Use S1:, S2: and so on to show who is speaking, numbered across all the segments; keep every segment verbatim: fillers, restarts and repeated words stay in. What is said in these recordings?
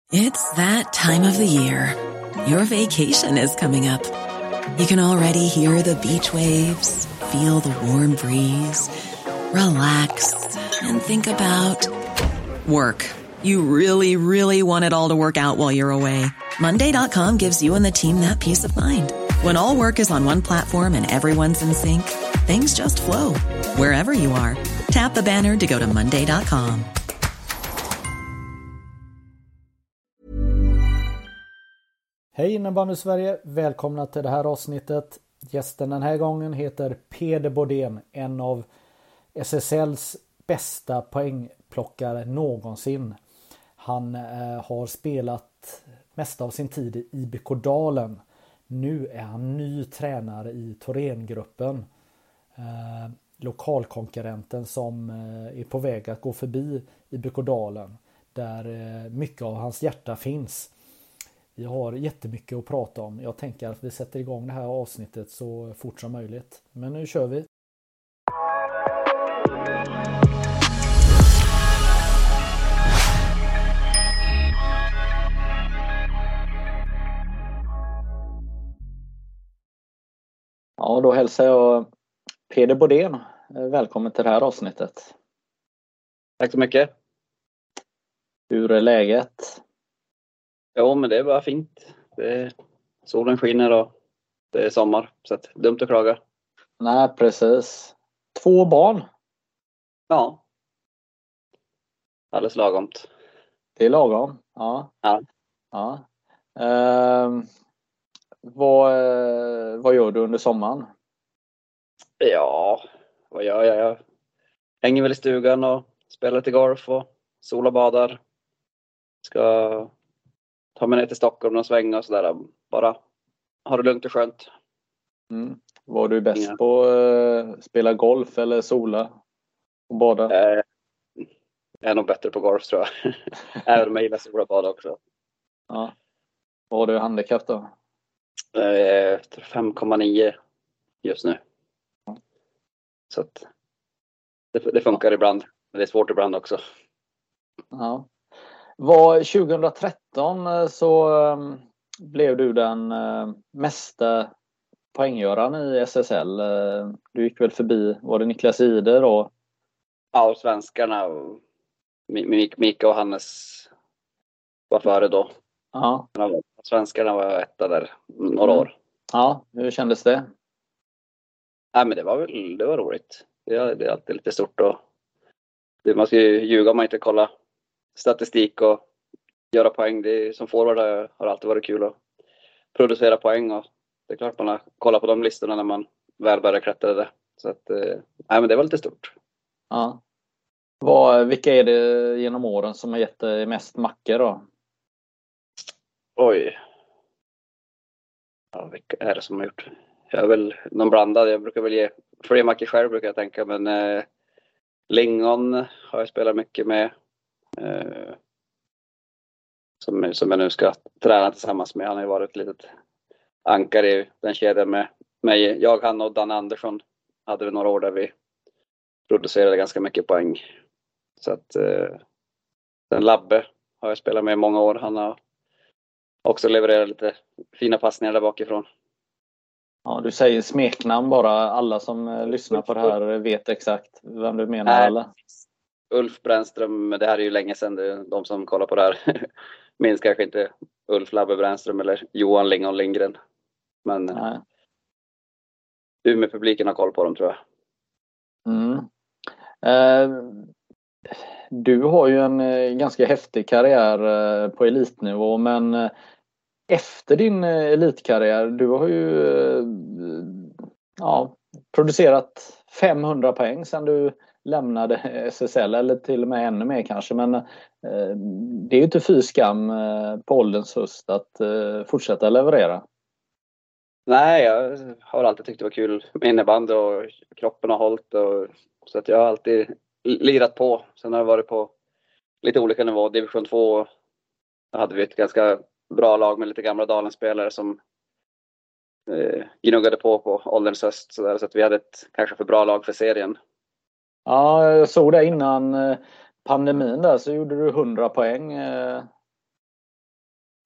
S1: It's that time of the year. Your vacation is coming up. You can already hear the beach waves, feel the warm breeze, relax, and think about work. You really, really want it all to work out while you're away. Monday dot com gives you and the team that peace of mind. When all work is on one platform and everyone's in sync, things just flow. Wherever you are, tap the banner to go to monday dot com.
S2: Hej innebandy Sverige, välkomna till det här avsnittet. Gästen den här gången heter Peder Bodén, en av S S L:s bästa poängplockare någonsin. Han eh, har spelat mest av sin tid i I B K Dalen. Nu är han ny tränare i Thorengruppen. Eh, lokalkonkurrenten som eh, är på väg att gå förbi I B K Dalen. Där eh, mycket av hans hjärta finns. Vi har jättemycket att prata om. Jag tänker att vi sätter igång det här avsnittet så fort som möjligt. Men nu kör vi. Ja, då hälsar jag Peder Bodén. Välkommen till det här avsnittet.
S3: Tack så mycket.
S2: Hur är läget?
S3: Ja, men det är bara fint. Det är, solen skiner och det är sommar. Så att, dumt att klaga.
S2: Nej, precis. Två barn.
S3: Ja. Alldeles lagomt.
S2: Det är lagom. Ja.
S3: Ja.
S2: Ja. Uh, vad, vad gör du under sommaren?
S3: Ja, vad gör jag? Jag hänger väl i stugan och spelar lite golf och sola badar. Ska ta mig ner till Stockholm och svänga och sådär. Bara ha det lugnt och skönt.
S2: Mm. Var du bäst Inga. på uh, spela golf eller sola och bada?
S3: Eh, jag är nog bättre på golf tror jag. Även om jag gillar sola och bada också.
S2: Ja. Vad har du handikapp då?
S3: Eh, fem komma nio just nu. Ja. Så att det, det funkar ibland. Men det är svårt ibland också.
S2: Ja. Var tjugohundratretton så um, blev du den uh, mesta poänggöraren i S S L. Uh, du gick väl förbi, var det Niklas Ider och...
S3: Ja, och svenskarna. Och Mika och Hannes var före då.
S2: Ja.
S3: Svenskarna var etta där några
S2: mm.
S3: år.
S2: Ja, hur kändes det?
S3: Nej, men det var väl det var roligt. Det är, det är alltid lite stort och det, man ska ju ljuga om man inte kollar statistik och göra poäng. Det är, som forward har alltid varit kul att producera poäng och det är klart man har kollat på de listorna när man väl börjar klättra det. Så att, eh, nej men det var lite stort.
S2: Ja. Vad, vilka är det genom åren som har gett dig mest mackor då?
S3: Oj. Ja, vilka är det som har gjort? Jag är väl någon blandad. Jag brukar väl ge fler mackor själv brukar jag tänka. Men eh, Lingon har jag spelat mycket med. Eh, som, som jag nu ska träna tillsammans med. Han har ju varit ett litet ankare i den kedjan med mig. Jag, han och Dan Andersson hade vi några år där vi producerade ganska mycket poäng. Så att eh, den Labbe har jag spelat med i många år. Han har också levererat lite fina passningar där bakifrån.
S2: Ja, du säger smeknamn bara. Alla som eh, lyssnar på det här vet exakt vem du menar. Nej. Eller?
S3: Ulf Brännström, det här är ju länge sedan. Det de som kollar på det här minns kanske inte Ulf Labbe Brännström eller Johan Lingon Lindgren. Men Nej. Du med publiken har koll på dem tror jag.
S2: Mm. Eh, du har ju en eh, ganska häftig karriär eh, på elitnivå, men eh, efter din eh, elitkarriär, du har ju eh, ja, producerat femhundra poäng sedan du lämnade S S L, eller till och med ännu mer kanske, men eh, det är ju inte fy skam eh, på ålderns höst att eh, fortsätta leverera.
S3: Nej, jag har alltid tyckt det var kul med innebandy och kroppen har hållit och, så att jag har alltid lirat på. Sen har jag varit på lite olika nivåer. Division två hade vi ett ganska bra lag med lite gamla Dalen-spelare som eh, gnuggade på på ålderns höst. Så, där, så att vi hade ett kanske för bra lag för serien.
S2: Ja, jag såg det innan pandemin där, så gjorde du hundra poäng.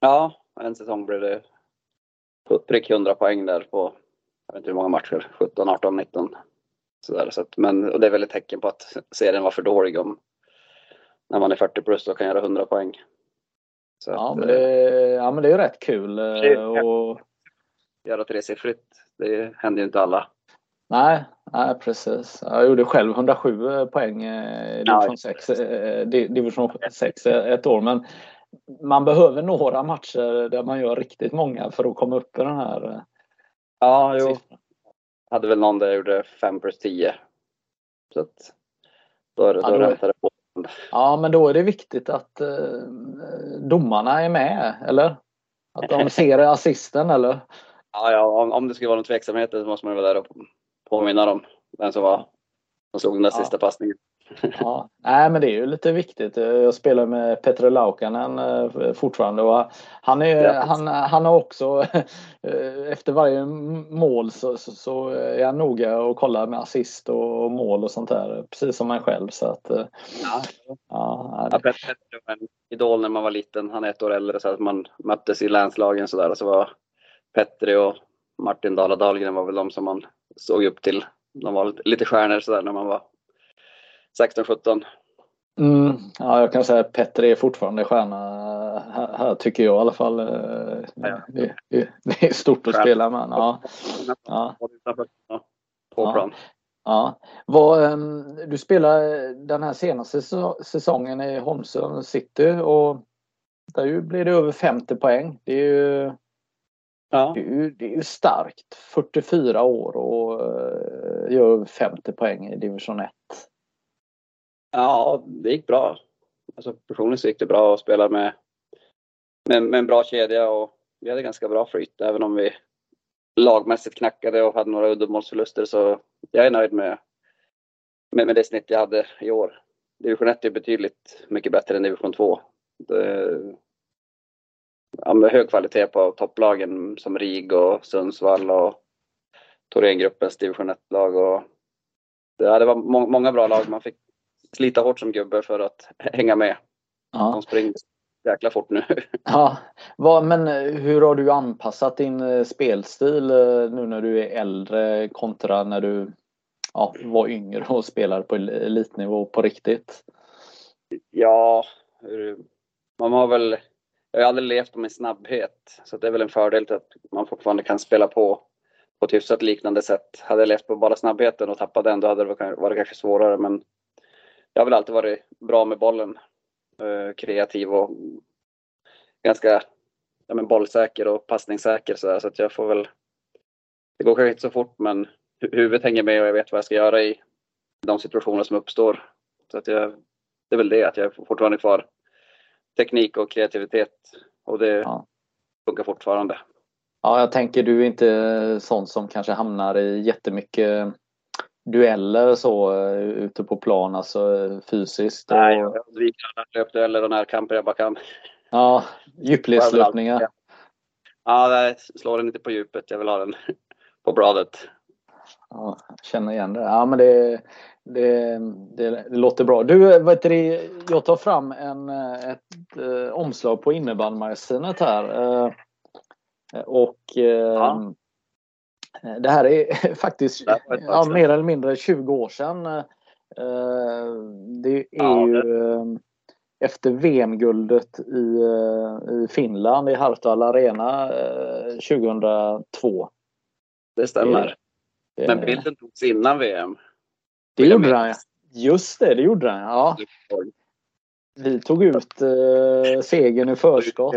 S3: Ja, en säsong blev det prick hundra poäng där på, jag vet inte hur många matcher, sjutton, arton, nitton. Sådär, så att, men, och det är väl ett tecken på att serien var för dålig om när man är fyrtio plus och kan göra hundra poäng. Så
S2: ja,
S3: att,
S2: men det, ja, men det är ju rätt kul. Och...
S3: Göra tresiffrigt, det händer ju inte alla.
S2: Nej, nej, precis. Jag gjorde själv hundrasju poäng i division sex, division sex ett år. Men man behöver några matcher där man gör riktigt många för att komma upp i den här.
S3: Ja, jo. Jag hade väl någon där jag gjorde fem plus tio. Så att då, är det,
S2: ja,
S3: då
S2: då
S3: räntar det på.
S2: Ja, men då är det viktigt att eh, domarna är med, eller? Att de ser assisten, eller?
S3: Ja, ja om, om det skulle vara någon tveksamhet så måste man ju vara där och påminna dem vem som var som slog den där
S2: Ja.
S3: sista passningen.
S2: Ja, nej, men det är ju lite viktigt. Jag spelar med Petri Laukkanen fortfarande och han, är, han, han har också efter varje mål så, så, så är han noga och kollar med assist och mål och sånt där, precis som han själv. Så att,
S3: ja.
S2: Ja,
S3: ja, Petri var en idol när man var liten. Han är ett år äldre så att man möttes i länslagen så där, och så var Petri och Martin Dala Dahlgren var väl de som man såg upp till. De var lite stjärnor så där när man var sexton sjutton.
S2: Mm, ja, jag kan säga att Petri är fortfarande stjärna här, här tycker jag i alla fall.
S3: Ja.
S2: Det, det, det är stort att spela med. Ja. Ja.
S3: På plan.
S2: Ja. Vad, du spelar den här senaste säsongen i Holmsund City och där blir det över femtio poäng. Det är ju,
S3: ja.
S2: det är ju, det är ju starkt. fyrtiofyra år och gör över femtio poäng i division ett.
S3: Ja, det gick bra. Alltså personligen så gick det bra att spela med, med, med en bra kedja och vi hade ganska bra flyt. Även om vi lagmässigt knackade och hade några uddamålsförluster så jag är nöjd med, med, med det snitt jag hade i år. Division ett är betydligt mycket bättre än division två. Det, ja, med hög kvalitet på topplagen som Rig och Sundsvall och Thorengruppens division ett-lag. Och det, ja, det var må, många bra lag. Man fick slita hårt som gubbe för att hänga med.
S2: Ja.
S3: De springer jäkla fort nu.
S2: Ja, vad, men hur har du anpassat din spelstil nu när du är äldre kontra när du ja, var yngre och spelade på elitnivå på riktigt?
S3: Ja, man har väl, jag har aldrig levt med snabbhet så det är väl en fördel till att man fortfarande kan spela på på ett hyfsat liknande sätt. Hade jag levt på bara snabbheten och tappat den då hade det varit kanske svårare, men jag har väl alltid varit bra med bollen, kreativ och ganska ja, men bollsäker och passningssäker så, där, så att jag får väl, det går kanske inte så fort men huvudet hänger med och jag vet vad jag ska göra i de situationer som uppstår. Så att jag, det är väl det att jag fortfarande kvar teknik och kreativitet och det ja. funkar fortfarande.
S2: Ja, jag tänker du är inte sån som kanske hamnar i jättemycket dueller så ute på plan, alltså fysiskt. Och...
S3: Nej, jag undviker löpdueller och närkamper jag bara kan.
S2: Ja, djupledslöpningar.
S3: Ja, det slår den inte på djupet. Jag vill ha den på bladet.
S2: Ja, jag känner igen det. Ja, men det, det, det, det låter bra. Du, vet du, jag tar fram en, ett eh, omslag på innebandymagasinet här. Eh, och eh, ja. Det här är faktiskt det ja, mer eller mindre tjugo år sedan. Eh, det är ja, det. ju efter V M-guldet i, i Finland i Hartwall Arena eh, tjugohundratvå.
S3: Det stämmer. Det, men bilden togs innan V M.
S2: Det gjorde den, ja. Just det, det gjorde den, ja. Vi tog ut eh, segern i förskott.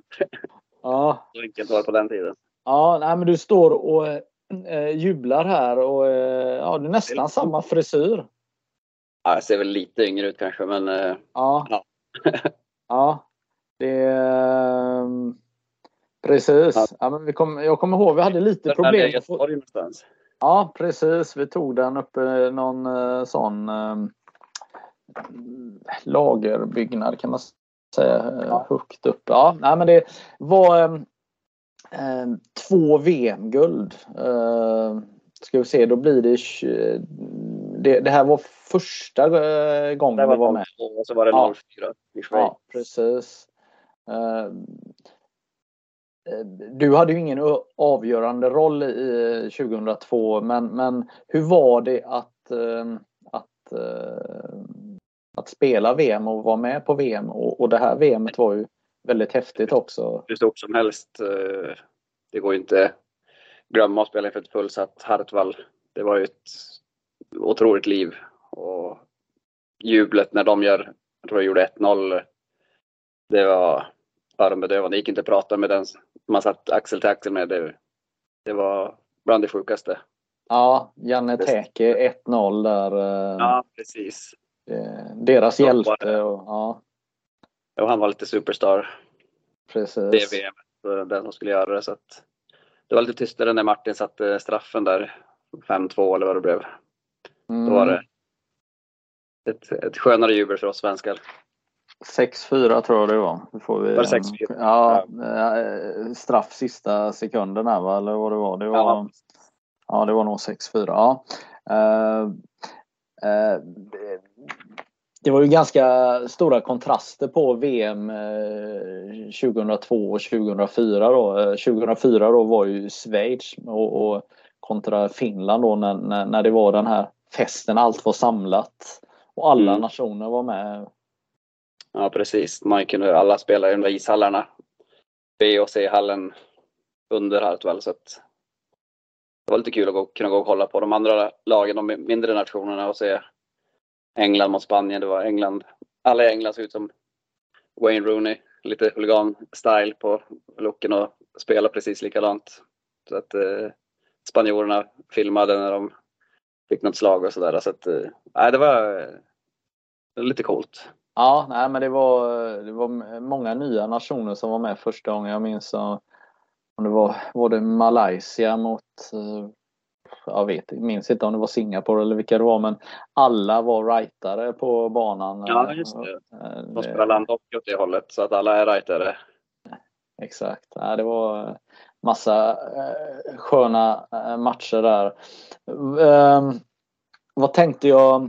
S3: Ja. Så enkelt var det på den tiden.
S2: Ja, nej, men du står och eh, jublar här och eh, ja, du är nästan samma frisyr.
S3: Ja, jag ser väl lite yngre ut kanske, men eh,
S2: ja. Ja. Ja, det är precis. Ja. Ja, men vi kom, jag kommer ihåg vi hade lite den problem.
S3: Är få...
S2: Ja, precis. Vi tog den uppe någon uh, sån uh, lagerbyggnad kan man säga, ja. Högt upp. Ja, nej, men det var uh, uh, två V M-guld. Uh, ska vi se, då blir det det, det här var första uh, gången det var,
S3: var
S2: med.
S3: Och så var det noll fyra.
S2: Ja, ja, precis. Uh, du hade ju ingen avgörande roll i tjugohundratvå, men, men hur var det att, att, att spela V M och vara med på V M? Och, och det här V M:et var ju väldigt häftigt också.
S3: Hur stort som helst. Det går ju inte glömma att spela inför ett fullsatt Hartwall. Det var ju ett otroligt liv. Och jublet när de gör, jag tror jag gjorde ett noll. Det var öronbedövande. Det gick inte att prata med den man satt axel till axel med. Det, det var bland det sjukaste.
S2: Ja, Janne Täke ett noll där.
S3: Ja, precis.
S2: Deras de hjälte. Och, ja.
S3: Och han var lite superstar.
S2: Precis.
S3: Det V M, den som skulle göra det. Så att det var lite tystare när Martin satte straffen där. fem två eller vad det blev. Mm. Då var det ett, ett skönare jubel för oss svenskar.
S2: sex fyra tror jag det var. Då får vi,
S3: var det sex fyra?
S2: Ja, ja, straff sista sekunden här, va? Eller vad det var. Det var, ja. Ja, det var nog sex fyra. Ja. Uh, uh, det var ju ganska stora kontraster på V M uh, tjugohundratvå och tjugohundrafyra då. Uh, tjugohundrafyra då var ju Schweiz och, och kontra Finland då när, när, när det var den här festen, allt var samlat och alla mm. nationer var med.
S3: Ja, precis. Man kunde alla spela i de där ishallarna. B och C-hallen under Hartwall, så att det var lite kul att gå, kunna gå och kolla på de andra lagen, de mindre nationerna, och se England mot Spanien. Det var England. Alla i England såg ut som Wayne Rooney. Lite huligan-style på looken och spela precis likadant. Så att eh, spanjorerna filmade när de fick något slag och sådär. Så att eh, det var, det var lite coolt.
S2: Ja, nej, men det var, det var många nya nationer som var med första gången. Jag minns om det var, var det Malaysia mot, jag vet, minns inte om det var Singapore eller vilka det var, men alla var rightare på banan.
S3: Ja, just det. De spelar landhockey åt det hållet, så att alla är rightare.
S2: Exakt. Ja, det var massa sköna matcher där. Um, vad tänkte jag?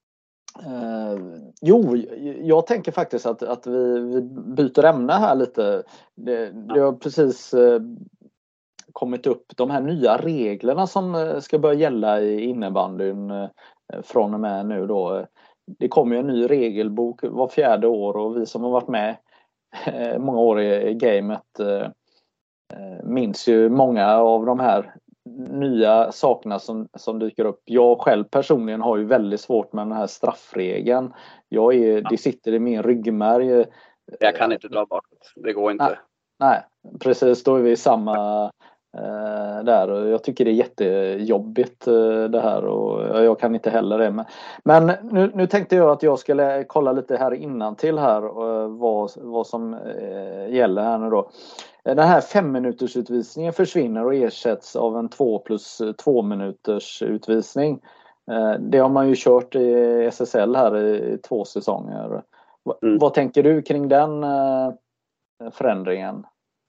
S2: Uh, jo, jag tänker faktiskt att, att vi, vi byter ämne här lite. Det, det har precis uh, kommit upp de här nya reglerna som uh, ska börja gälla i innebandyn uh, från och med nu då. Det kommer ju en ny regelbok var fjärde år, och vi som har varit med uh, många år i, i gamet uh, uh, minns ju många av de här nya sakerna som, som dyker upp. Jag själv personligen har ju väldigt svårt med den här straffregeln. Jag är, det sitter i min ryggmärg.
S3: Jag kan inte dra bakåt. Det går inte.
S2: Nej, nej, precis. Då är vi i samma eh, där. Jag tycker det är jättejobbigt eh, det här, och jag kan inte heller det. Men, men nu, nu tänkte jag att jag skulle kolla lite här innantill här eh, vad, vad som eh, gäller här nu då. Den här fem minuters utvisningen försvinner och ersätts av en två plus två minuters utvisning. Det har man ju kört i S S L här i två säsonger. Mm. Vad tänker du kring den förändringen?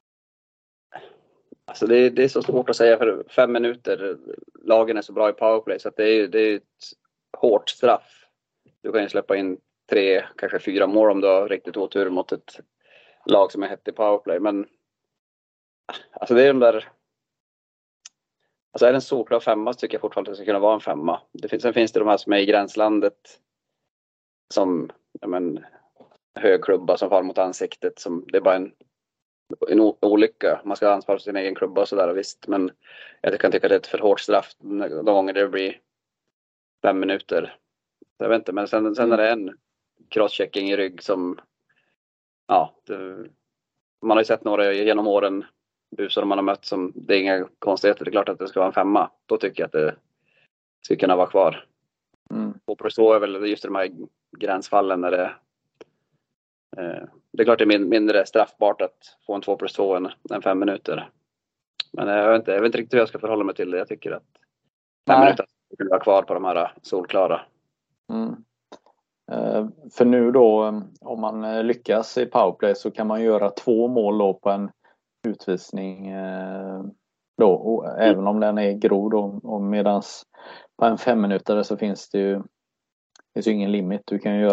S3: Alltså det, det är så svårt att säga, för fem minuter. Lagen är så bra i powerplay, så att det är, det är ett hårt straff. Du kan ju släppa in tre, kanske fyra mål om du har riktigt otur mot ett lag som är hett i powerplay. Men alltså det är de där, alltså är det en solklar femma, så tycker jag fortfarande att det ska kunna vara en femma. Det finns, sen finns det de här som är i gränslandet, som ja men, hög klubba som far mot ansiktet, som det är bara en, en olycka. Man ska ha ansvar för sin egen klubba och sådär, visst. Men jag kan tycka att det är ett för hårt straff de gånger det blir fem minuter. Jag vet inte, men sen, sen är det en crosschecking i rygg som, ja, det, man har ju sett några genom åren busar man har mött som, det är inga konstigheter. Det är klart att det ska vara en femma. Då tycker jag att det ska kunna vara kvar. Mm. Och så är väl just de här gränsfallen när det eh, det är klart det är mindre straffbart att få en två plus två än, än fem minuter. Men jag vet, inte, jag vet inte riktigt hur jag ska förhålla mig till det. Jag tycker att fem Nej. minuter ska kunna vara kvar på de här solklara.
S2: Mm. Uh, för nu då, om man lyckas i powerplay, så kan man göra två mål då på en utvisning uh, då, och, mm. även om den är grov då, och medans på en fem minuter så finns det ju finns ju ingen limit. Du kan ju göra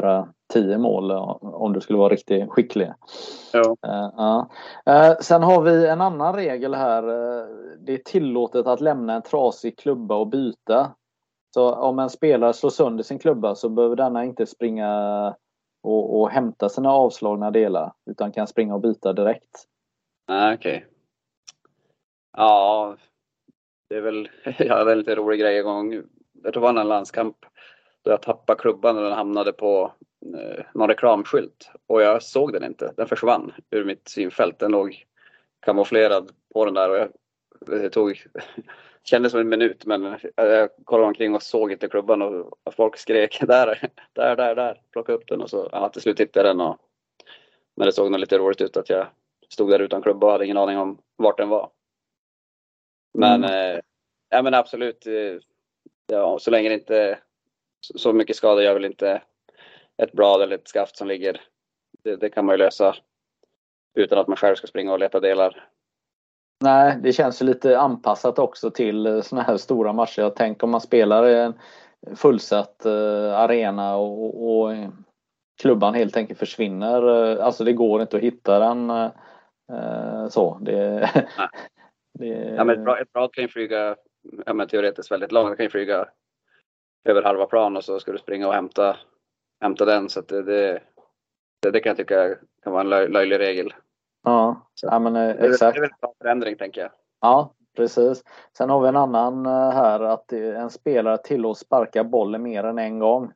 S4: tio mål om du skulle vara riktigt skicklig.
S3: Ja.
S4: Uh, uh. Uh, sen har vi en annan regel här. Uh, det är tillåtet att lämna en trasig klubba och byta. Så om en spelare slår sönder sin klubba så behöver denna inte springa och, och hämta sina avslagna delar, utan kan springa och byta direkt.
S3: Ah, okej. Okay. Ja, det är väl jag har väl lite rolig grej en gång. Jag tror det var en landskamp då jag tappade klubban och den hamnade på eh, någon reklamskylt. Och jag såg den inte. Den försvann ur mitt synfält. Den låg kamouflerad på den där och jag, det tog kändes som en minut, men jag kollade omkring och såg inte klubban och folk skrek där, där, där, där, plocka upp den och så ja, till slut hittade jag den och men det såg nog lite roligt ut att jag stod där utan klubba och hade ingen aning om vart den var. Men, mm. eh, ja, men absolut, eh, ja, så länge det inte så, så mycket skada gör väl inte ett blad eller ett skaft som ligger. Det, det kan man ju lösa utan att man själv ska springa och leta delar.
S4: Nej, det känns ju lite anpassat också till såna här stora matcher. Jag tänker om man spelar i en fullsatt uh, arena och, och klubban helt enkelt försvinner. Uh, alltså det går inte att hitta den uh, så. Det, det...
S3: Ja, men ett blad, ett blad kan ju flyga, ja, men teoretiskt väldigt långt. Det kan ju flyga över halva plan och så ska du springa och hämta, hämta den. Så att det, det, det, det kan jag tycka kan vara en löj, löjlig regel.
S4: Ja, ja men eh, exakt.
S3: Det är väl en bra förändring, tänker jag.
S4: Ja, precis. Sen har vi en annan här, att en spelare tillåts sparka bollen mer än en gång.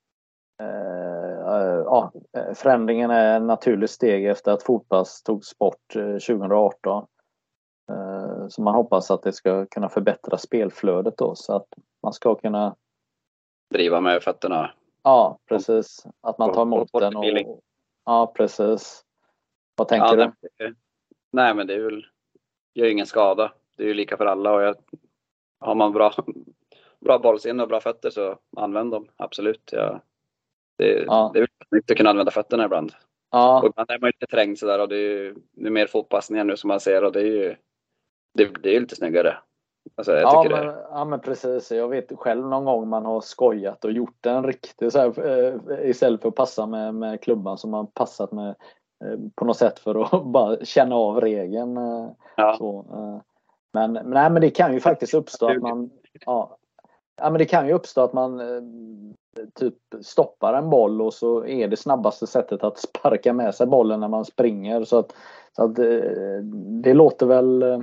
S4: Eh, ja, förändringen är en naturlig steg efter att fotpass togs bort tjugo arton. Eh, så man hoppas att det ska kunna förbättra spelflödet då, så att man ska kunna
S3: driva med fötterna.
S4: Ja, precis. Att man tar emot och, den och... Ja, precis. Vad tänker ja, du?
S3: Nej, nej, men det är väl gör ingen skada. Det är ju lika för alla och jag, har man bra bra bollsinne och bra fötter så använd dem, absolut. Ja, det, ja. det är väl nyttigt att kunna använda fötterna ibland.
S4: Ja.
S3: Och ibland är man lite trängd sådär och det är ju det är mer fotpassningar nu som man ser och det är ju det, det är ju lite snyggare. Alltså, jag
S4: ja,
S3: tycker
S4: men,
S3: det.
S4: ja men precis, jag vet själv någon gång man har skojat och gjort en riktig så här, eh, istället för att passa med, med klubban som man passat med eh, på något sätt för att bara känna av regeln. Eh,
S3: ja.
S4: så, eh. Men, men, nej, men det kan ju faktiskt uppstå att man ja, ja men det kan ju uppstå att man eh, typ stoppar en boll och så är det snabbaste sättet att sparka med sig bollen när man springer, så att, så att eh, det låter väl eh,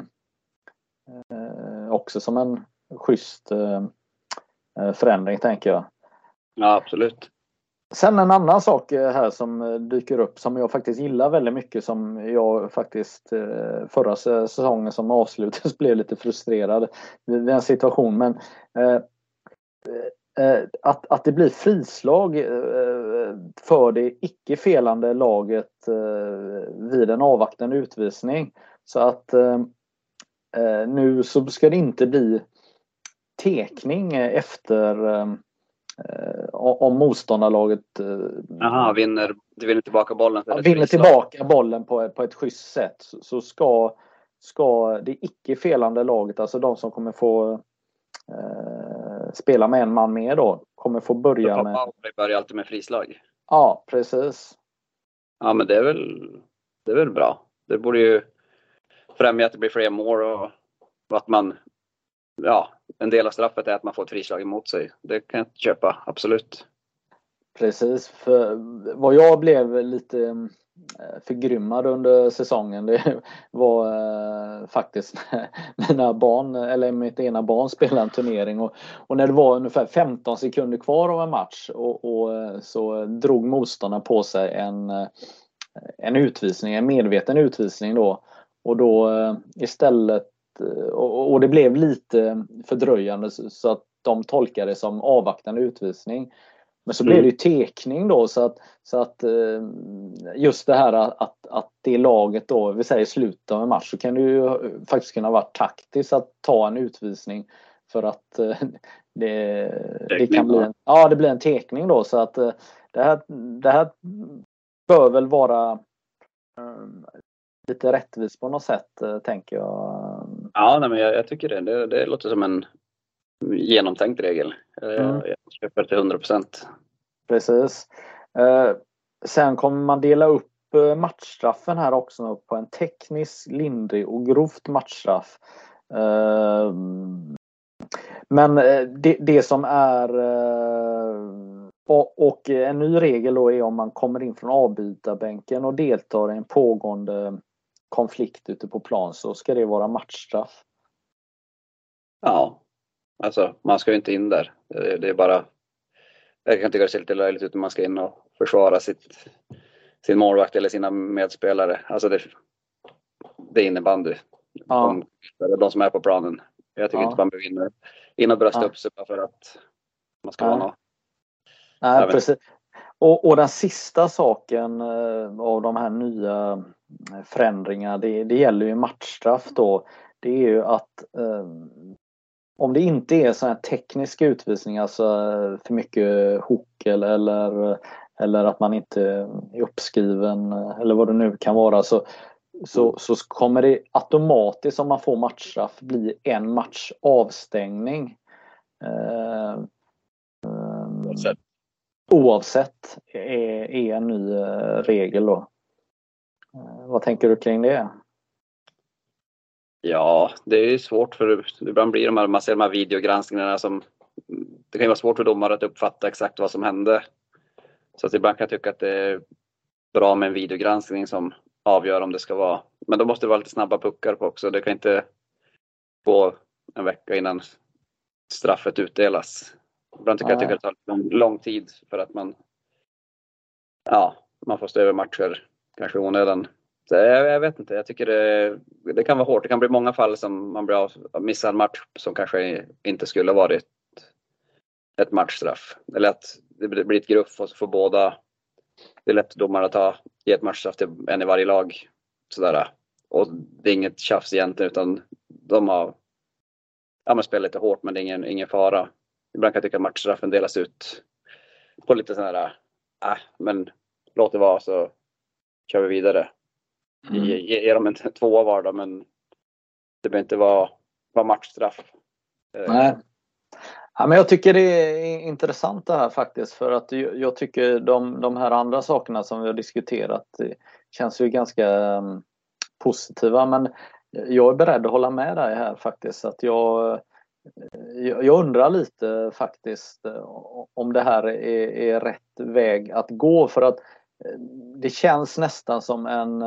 S4: också som en schysst eh, förändring, tänker jag.
S3: Ja, absolut.
S4: Sen en annan sak här som dyker upp som jag faktiskt gillar väldigt mycket, som jag faktiskt eh, förra säsongen som avslutades blev lite frustrerad vid en situation, men eh, eh, att, att det blir frislag eh, för det icke felande laget eh, vid en avvaktande utvisning, så att eh, Uh, nu så ska det inte bli tekning efter uh, om motståndarlaget uh,
S3: Aha, vinner, du vinner tillbaka bollen.
S4: Ja, vinner tillbaka bollen på, på ett schysst sätt, så, så ska, ska det icke felande laget, alltså de som kommer få uh, spela med en man mer då, kommer få börja så med...
S3: Det börjar alltid med frislag.
S4: Ja, precis.
S3: Ja, men det är väl, det är väl bra. Det borde ju främja att det blir fler mål och att man, ja, en del av straffet är att man får ett frislag emot sig. Det kan jag inte köpa, absolut.
S4: Precis, för vad jag blev lite förgrymmad under säsongen, det var eh, faktiskt mina barn, eller mitt ena barn spelade en turnering och, och när det var ungefär femton sekunder kvar av en match och, och så drog motståndarna på sig en, en utvisning, en medveten utvisning då. Och då istället, och det blev lite fördröjande så att de tolkade det som avvaktande utvisning. Men så mm. blev det ju tekning då, så att, så att just det här att, att det laget då, vi säger slutet av en match, så kan det ju faktiskt kunna vara taktiskt att ta en utvisning för att det, det kan bli en, ja, det blir en tekning då, så att det här, det här bör väl vara lite rättvist på något sätt, tänker jag.
S3: Ja, nej, men jag, jag tycker det. det. Det låter som en genomtänkt regel. Mm. Jag köper till hundra procent.
S4: Precis. Eh, sen kommer man dela upp matchstraffen här också på en teknisk, lindrig och grovt matchstraff. Eh, men det, det som är och, och en ny regel då är om man kommer in från avbytarbänken och deltar i en pågående konflikt ute på plan, så ska det vara matchstraff.
S3: Ja, alltså man ska ju inte in där. Det, det är bara, jag kan tycka det ser lite löjligt ut när man ska in och försvara sitt, sin målvakt eller sina medspelare. Alltså det, det är innebandy. Ja. De, de som är på planen. Jag tycker ja. inte man behöver in, in och brösta ja. upp sig för att man ska ja. vara något.
S4: Nej, precis. Och, och den sista saken eh, av de här nya förändringarna, det, det gäller ju matchstraff då. Det är ju att eh, om det inte är så här teknisk utvisning, alltså för mycket hook eller, eller, eller att man inte är uppskriven eller vad det nu kan vara, så, så, så kommer det automatiskt, om man får matchstraff, bli en match avstängning. Eh, eh, Oavsett är, är en ny regel då. Vad tänker du kring det?
S3: Ja, det är svårt, för ibland blir de här, man ser de här videogranskningarna som, det kan ju vara svårt för domare att uppfatta exakt vad som hände. Så att ibland kan jag tycka att det är bra med en videogranskning som avgör om det ska vara. Men då måste det vara lite snabba puckar på också. Det kan inte gå en vecka innan straffet utdelas. Ibland tycker jag att det tar lång, lång tid för att man ja, man får stå över matcher kanske onödan. Så jag, jag vet inte, jag tycker det, det kan vara hårt. Det kan bli många fall som man blir av, missar en match som kanske inte skulle varit ett matchstraff. Eller att det blir ett gruff och så får båda, det är lätt domare att ta, ge ett matchstraff till en i varje lag. Sådär. Och det är inget tjafs egentligen, utan de har ja, man spelar lite hårt, men det är ingen, ingen fara. Ibland kan jag tycka att matchstraffen delas ut på lite sådana där, äh, men låt det vara så kör vi vidare. Mm. Ge, ge, ge dem en tvåa var då, men det behöver inte vara, vara matchstraff.
S4: Nej. Ja, men jag tycker det är intressant det här faktiskt, för att jag tycker de, de här andra sakerna som vi har diskuterat känns ju ganska um, positiva, men jag är beredd att hålla med dig här faktiskt. Att jag, jag undrar lite faktiskt om det här är, är rätt väg att gå, för att det känns nästan som en,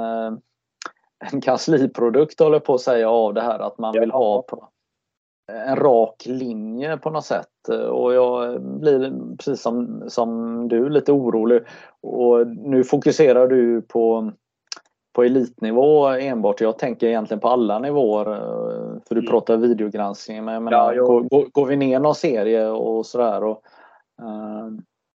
S4: en kansliprodukt, håller på att säga, av det här att man vill ha på en rak linje på något sätt. Och jag blir precis som, som du lite orolig. Och nu fokuserar du på på elitnivå enbart. Jag tänker egentligen på alla nivåer, för du mm. pratar videogranskning, men jag menar, ja, går, går, går vi ner någon serie och sådär och uh...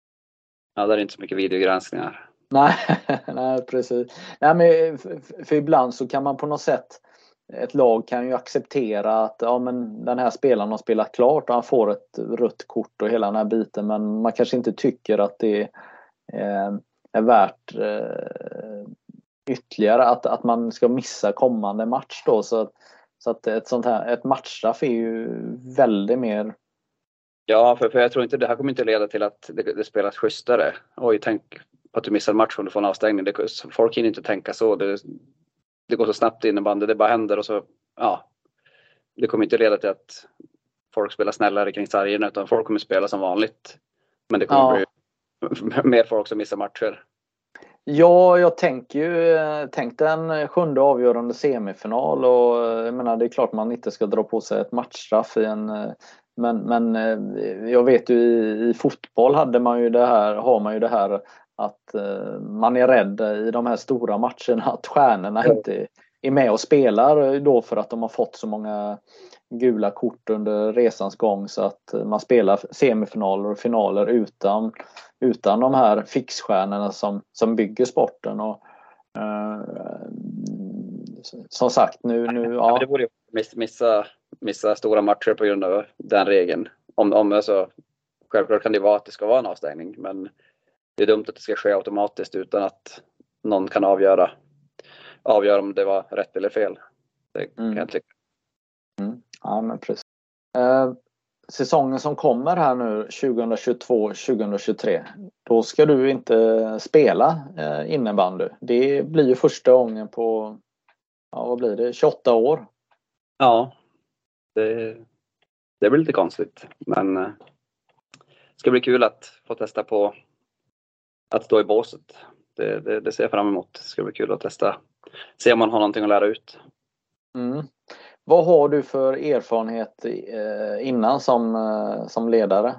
S3: ja, det är inte så mycket videogranskningar.
S4: Nej, nej precis. Nej, men för, för ibland så kan man på något sätt, ett lag kan ju acceptera att ja, men den här spelaren har spelat klart och han får ett rött kort och hela den här biten, men man kanske inte tycker att det är, är värt eh, ytterligare att, att man ska missa kommande match då, så, så att ett sånt här, ett matchstraff är ju väldigt mer.
S3: Ja, för, för jag tror inte det här kommer inte leda till att det, det spelas schysstare. Oj, tänk på att du missar en match och du får en avstängning. Det, folk hinner inte tänka så. Det, det går så snabbt in i bandet, det bara händer och så, ja. Det kommer inte leda till att folk spelar snällare kring sargerna, utan folk kommer spela som vanligt. Men det kommer ja. bli mer folk som missar matcher.
S4: Ja, jag tänker ju tänkte en sjunde avgörande semifinal, och jag menar, det är klart man inte ska dra på sig ett matchstraff i en, men, men jag vet ju i, i fotboll hade man ju det här, har man ju det här att man är rädd i de här stora matcherna att stjärnorna mm. inte är med och spelar då, för att de har fått så många gula kort under resans gång, så att man spelar semifinaler och finaler utan utan de här fixstjärnorna som, som bygger sporten. Och uh, som sagt nu, nu ja.
S3: Ja, det borde ju missa, missa stora matcher på grund av den regeln. Om, om alltså, självklart kan det vara att det ska vara en avstängning, men det är dumt att det ska ske automatiskt utan att någon kan avgöra avgöra om det var rätt eller fel. Det kan mm. jag tycka.
S4: Mm. Ja, men precis. Uh, säsongen som kommer här nu tjugohundratjugotvå tjugohundratjugotre, då ska du inte spela eh, innebandy. Det blir ju första gången på, ja, vad blir det, tjugoåtta år.
S3: Ja, det, det blir lite konstigt. Men eh, det ska bli kul att få testa på att stå i båset. Det, det, det ser jag fram emot. Det ska bli kul att testa. Se om man har någonting att lära ut.
S4: Mm. Vad har du för erfarenhet eh, innan som, eh, som ledare?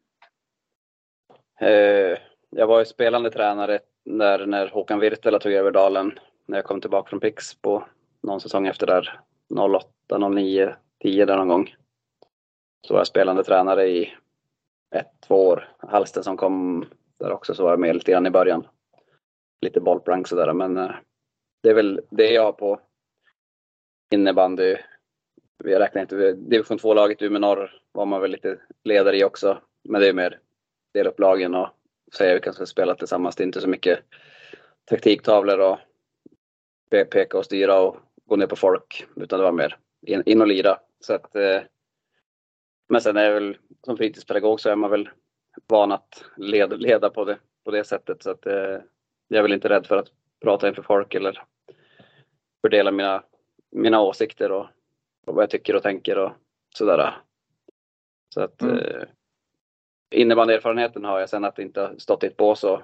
S3: Eh, jag var ju spelande tränare när, när Håkan Virtela tog över Dalen. När jag kom tillbaka från Pix på någon säsong efter där. noll åtta, noll nio, tio där någon gång. Så var jag spelande tränare i ett, två år. Halsten som kom där också, så var jag med lite grann i början. Lite bollplank sådär, men eh, det är väl det jag har på innebandy. Vi räknar inte, division två-laget Umeå Norr var man väl lite ledare i också. Men det är mer dela upp lagen och säga vilka som ska spela tillsammans. Det är inte så mycket taktiktavlor och peka och styra och gå ner på folk. Utan det var mer in, in och lira. Så att, eh, men sen är det väl, som fritidspedagog så är man väl van att leda, leda på, det, på det sättet. Så att eh, jag är väl inte rädd för att prata inför folk eller fördela mina, mina åsikter och, och vad jag tycker och tänker och sådär. Så att mm. eh, innebandyerfarenheten har jag sen att inte stått i ett bås och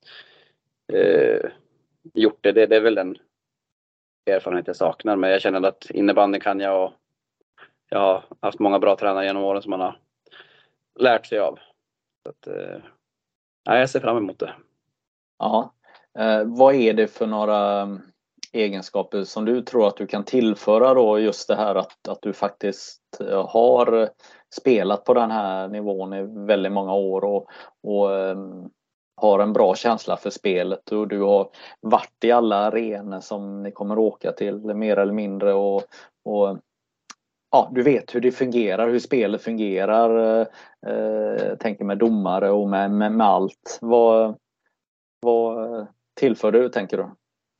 S3: eh, gjort det. det. Det är väl den erfarenhet jag saknar. Men jag känner att innebandy kan jag och jag har haft många bra tränare genom åren som man har lärt sig av. Så att, eh, jag ser fram emot det.
S4: Ja. Eh, vad är det för några egenskaper som du tror att du kan tillföra då, just det här att, att du faktiskt har spelat på den här nivån i väldigt många år och, och um, har en bra känsla för spelet och du har varit i alla arenor som ni kommer åka till mer eller mindre och, och ja, du vet hur det fungerar, hur spelet fungerar, eh, tänker med domare och med, med, med allt. Vad, vad tillför du, tänker du?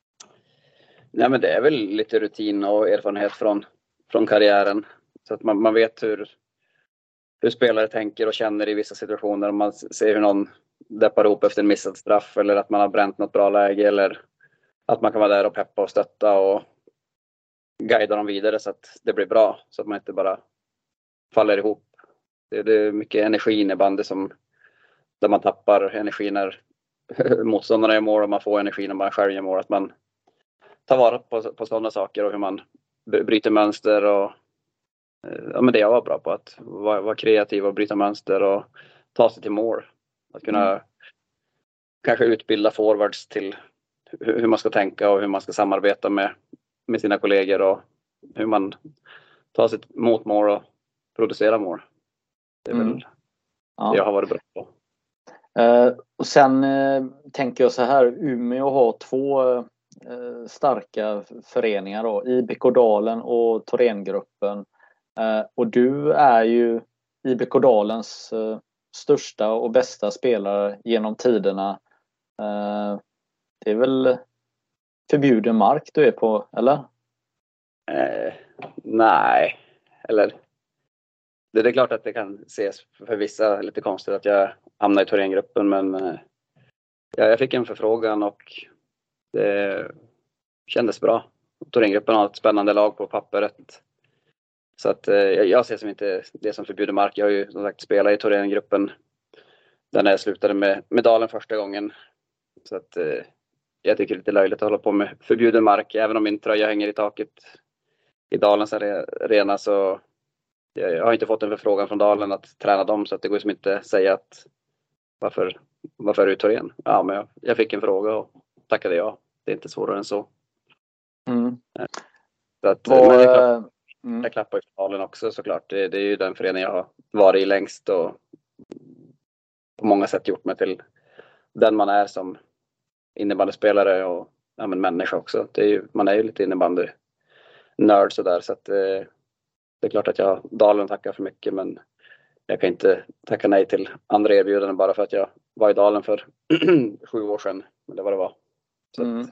S3: Nej, men det är väl lite rutin och erfarenhet från, från karriären. Så att man, man vet hur, hur spelare tänker och känner i vissa situationer. Om man ser hur någon deppar ihop efter en missad straff eller att man har bränt något bra läge eller att man kan vara där och peppa och stötta och guida dem vidare så att det blir bra. Så att man inte bara faller ihop. Det, det är mycket energi i bandet som där man tappar energi när motståndarna gör mål och man får energi när man själv gör mål. Att man tar vara på, på sådana saker och hur man bryter mönster och ja, men det jag var bra på, att vara, vara kreativ och bryta mönster och ta sig till mål. Att kunna mm. kanske utbilda forwards till hur, hur man ska tänka och hur man ska samarbeta med, med sina kollegor och hur man tar sig mot mål och producerar mål. Det är mm. väl ja. det jag har varit bra på.
S4: Uh, och sen uh, tänker jag så här, Umeå har två uh, starka föreningar då, I B K-Dalen och Thorengruppen. Uh, och du är ju I B K-Dalens uh, största och bästa spelare genom tiderna. Uh, det är väl förbjuden mark du är på, eller?
S3: Uh, nej, eller det är klart att det kan ses för vissa lite konstigt att jag hamnar i Thorengruppen, men uh, jag fick en förfrågan och det kändes bra. Thorengruppen har ett spännande lag på pappret. Så att eh, jag ser som inte det som förbjuder mark. Jag har ju som sagt spelat i Thorengruppen där när jag slutade med, med Dalen första gången. Så att eh, jag tycker det är lite löjligt att hålla på med förbjuden mark. Även om min tröja hänger i taket i Dalens arena så jag, jag har inte fått en förfrågan från Dalen att träna dem. Så att det går som inte att säga att varför, varför är du i Thoren? Ja, men jag, jag fick en fråga och tackade ja. Det är inte svårare än så.
S4: Mm.
S3: Så att,
S4: och,
S3: men det är klart,
S4: mm.
S3: jag klappar i finalen också såklart. Det, det är ju den förening jag har varit i längst och på många sätt gjort mig till den man är som innebandyspelare och ja, men människa också. Det är ju, man är ju lite innebandy-nörd sådär. Så att, eh, det är klart att jag Dalen tackar för mycket, men jag kan inte tacka nej till andra erbjudanden bara för att jag var i Dalen för sju år sedan. Men det var det var. Så
S4: mm.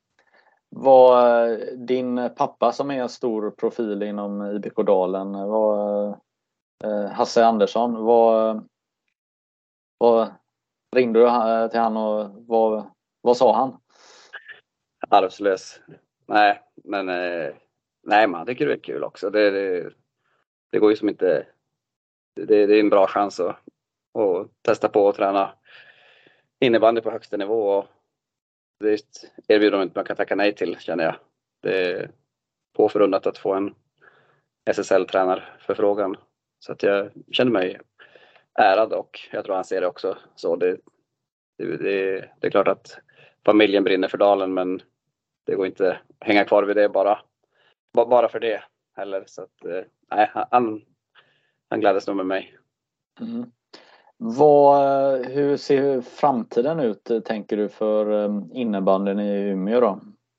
S4: Var din pappa som är en stor profil inom I B K-Dalen, var, eh, Hasse Andersson. Vad, vad ringde du till han och vad, vad sa han?
S3: Arvslös. Nej, men eh, nej, man tycker det är kul också. Det, det, det går ju som inte. Det, det är en bra chans att, att testa på och träna innebandy på högsta nivå. Och det är ett erbjudande man kan tacka nej till, känner jag. Det är på förunnat att få en S S L-tränarförfrågan. Så att jag känner mig ärad och jag tror han ser det också. Så det, det, det, det är klart att familjen brinner för Dalen, men det går inte att hänga kvar vid det bara, bara för det heller. Så att, nej, han, han gläddes nog med mig.
S4: Mm. Vad, hur ser framtiden ut, tänker du, för innebandyn i Umeå då?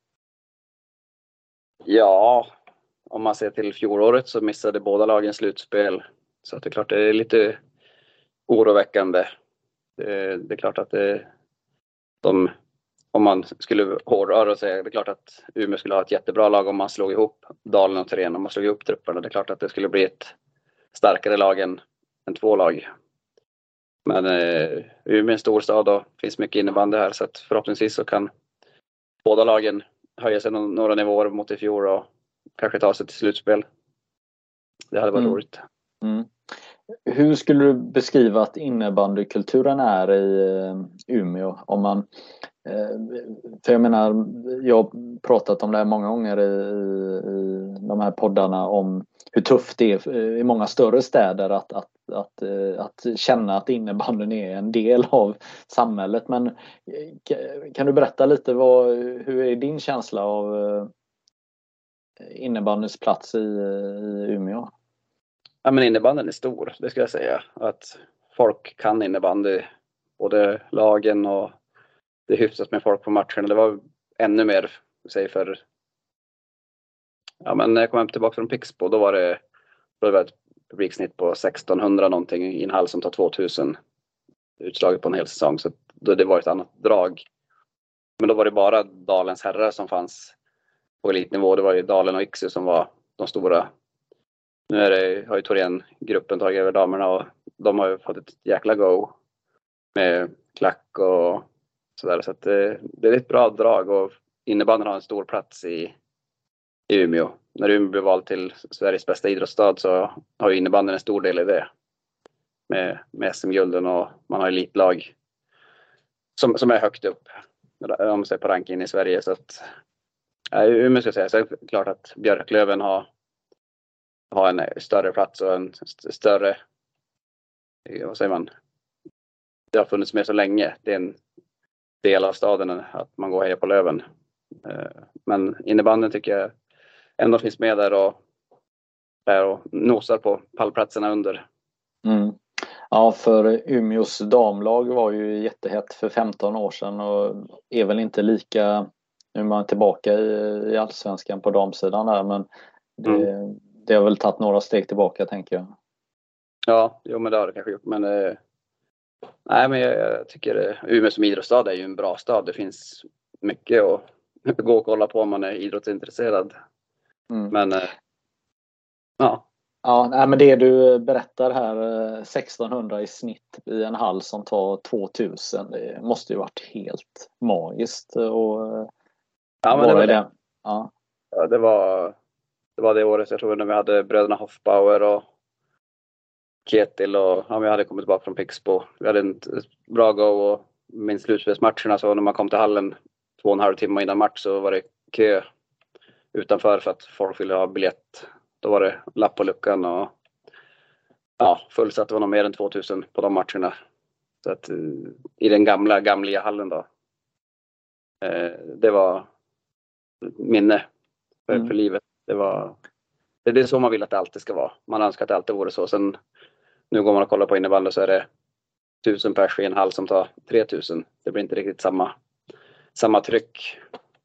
S3: Ja, om man ser till fjolåret så missade båda lagen slutspel. Så att det är klart det är lite oroväckande. Det, det är klart att det, de, om man skulle hårdare och säga, det är klart att Umeå skulle ha ett jättebra lag om man slog ihop Dalen och Torén. Om man slog ihop trupperna, det är klart att det skulle bli ett starkare lag än, än två lag. Men eh, Umeå är en stor stad och finns mycket innebandy här, så att förhoppningsvis så kan båda lagen höja sig några nivåer mot i fjol och kanske ta sig till slutspel. Det hade varit
S4: mm.
S3: roligt.
S4: Mm. Hur skulle du beskriva att innebandykulturen är i Umeå? Om man, för jag menar, jag har pratat om det här många gånger i, i de här poddarna om hur tufft det är i många större städer att, att, att, att känna att innebandyn är en del av samhället. Men kan du berätta lite, vad, hur är din känsla av innebandyns plats i, i Umeå?
S3: Ja, men innebandyn är stor, det ska jag säga. Att folk kan innebandy, både lagen och det hyfsat med folk på matcherna. Det var ännu mer, säg för, ja, men när jag kom hem tillbaka från Pixbo, då var det, då var det ett publiksnitt på sextonhundra någonting i en hall som tar tvåtusen utslaget på en hel säsong. Så då det var ett annat drag. Men då var det bara Dalens herrar som fanns på elitnivå. Det var ju Dalen och Iksu som var de stora. Nu är det, har ju Torén-gruppen tagit över damerna och de har ju fått ett jäkla go med klack och sådär. Så att det, det är ett bra drag och innebandyn har en stor plats i, i Umeå. När Umeå blev vald till Sveriges bästa idrottsstad så har ju innebandyn en stor del i det. Med, med S M-gulden och man har elitlag som, som är högt upp om man ser på rankingen i Sverige. Så att ja, Umeå ska jag säga, så är det klart att Björklöven har ha en större plats och en större, vad säger man, det har funnits med så länge. Det är en del av staden att man går och hejar på Löven. Men innebandyn tycker jag ändå finns med där och, där och nosar på pallplatserna under.
S4: Mm. Ja, för Umeås damlag var ju jättehett för femton år sedan och är väl inte lika, nu är man tillbaka i, i allsvenskan på damsidan där, men det mm. Det har väl tagit några steg tillbaka, tänker jag.
S3: Ja, jo, men det har det kanske gjort. Men, eh, nej, men jag, jag tycker eh, Umeå som idrottsstad är ju en bra stad. Det finns mycket att gå och kolla på om man är idrottsintresserad. Mm. Men, eh, ja.
S4: Ja, nej, men det du berättar här, sextonhundra i snitt i en hall som tar tvåtusen, det måste ju varit helt magiskt. Och,
S3: ja, men det var det.
S4: det. Ja.
S3: Ja, det var... Det var det året, jag tror, när vi hade bröderna Hoffbauer och Ketil och ja, vi hade kommit tillbaka från Pixbo. Vi hade en bra go och min slutspelsmatcherna, så när man kom till hallen två och en halv timme innan match så var det kö utanför för att folk ville ha biljett. Då var det lapp på luckan och ja, fullsatt. Det var nog mer än tvåtusen på de matcherna. Så att i den gamla, gamla hallen då. Eh, det var minne för, mm. för livet. Det var, det är så man vill att det alltid ska vara. Man önskar att det alltid vore så. Sen nu går man och kollar på innebandy så är det tusen pers i en hall som tar tre tusen. Det blir inte riktigt samma, samma tryck.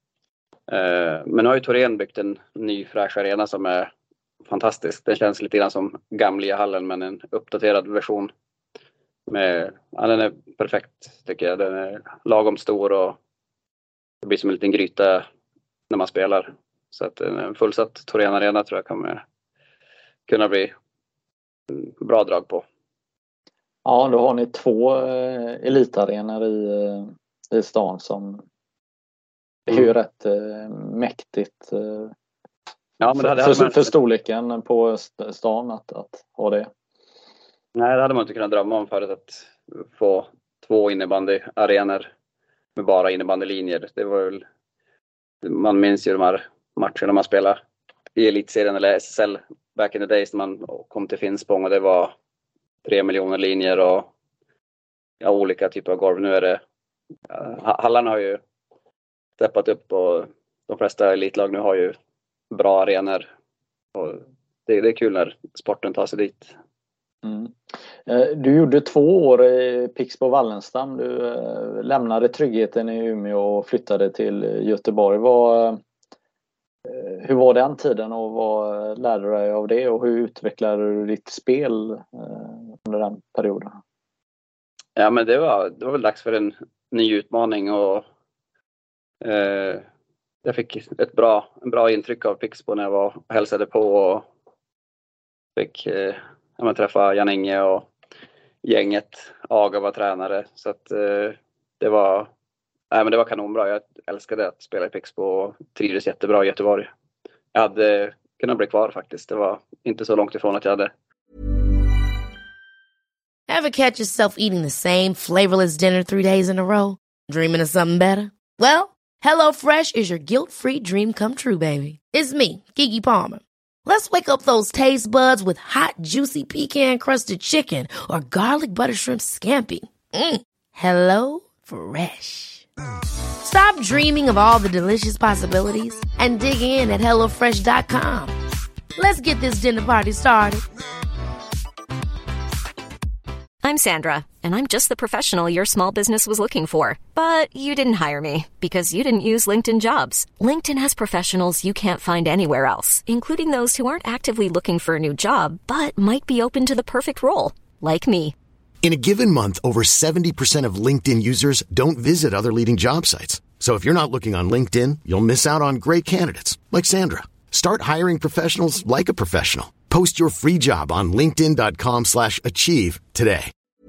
S3: Eh, men nu har ju Torén byggt en ny fräsch arena som är fantastisk. Den känns lite grann som gamla hallen, men en uppdaterad version. Med, ja, den är perfekt tycker jag. Den är lagom stor och det blir som en liten gryta när man spelar. Så att en fullsatt Torén Arena tror jag kommer kunna bli bra drag på.
S4: Ja, då har ni två eh, elitarenor i, eh, i stan som är ju mm. rätt eh, mäktigt eh,
S3: ja, men det hade,
S4: för,
S3: hade man...
S4: för storleken på stan att, att ha det.
S3: Nej, det hade man inte kunnat drömma om förut, att få två innebandyarenor med bara innebandylinjer. Det var väl, man minns ju de här matcherna man spelade i elitserien eller S S L back in the days när man kom till Finspång och det var tre miljoner linjer och ja, olika typer av golv. Nu är det, ja, hallarna har ju steppat upp och de flesta elitlag nu har ju bra arenor. Och det, det är kul när sporten tar sig dit.
S4: Mm. Du gjorde två år i Pixbo Wallenstam. Du lämnade tryggheten i Umeå och flyttade till Göteborg. Vad, hur var den tiden och vad lärde du dig av det och hur utvecklade du ditt spel under den perioden?
S3: Ja, men det var, det var väl dags för en ny utmaning och eh, jag fick ett bra, en bra intryck av Pixbo när jag var och hälsade på och fick eh, jag träffa Jan Inge och gänget. Aga var tränare så att eh, det var nej, men det var kanonbra. Jag älskade att spela i Pixbo och trivdes jättebra i Göteborg. Jag hade kunnat bli kvar faktiskt. Det var inte så långt ifrån att jag hade.
S5: Ever catch yourself eating the same flavorless dinner three days in a row? Dreaming of something better? Well, HelloFresh is your guilt-free dream come true, baby. It's me, Keke Palmer. Let's wake up those taste buds with hot, juicy pecan-crusted chicken or garlic butter shrimp scampi. Mm. Hello Fresh. Stop dreaming of all the delicious possibilities and dig in at hello fresh dot com. Let's get this dinner party started.
S6: I'm Sandra, and I'm just the professional your small business was looking for. But you didn't hire me because you didn't use LinkedIn Jobs. LinkedIn has professionals you can't find anywhere else, including those who aren't actively looking for a new job, but might be open to the perfect role, like me.
S7: In a given month, over seventy percent of LinkedIn users don't visit other leading job sites. So if you're not looking on LinkedIn, you'll miss out on great candidates like Sandra. Start hiring professionals like a professional. Post your free job on linkedin dot com slash achieve today.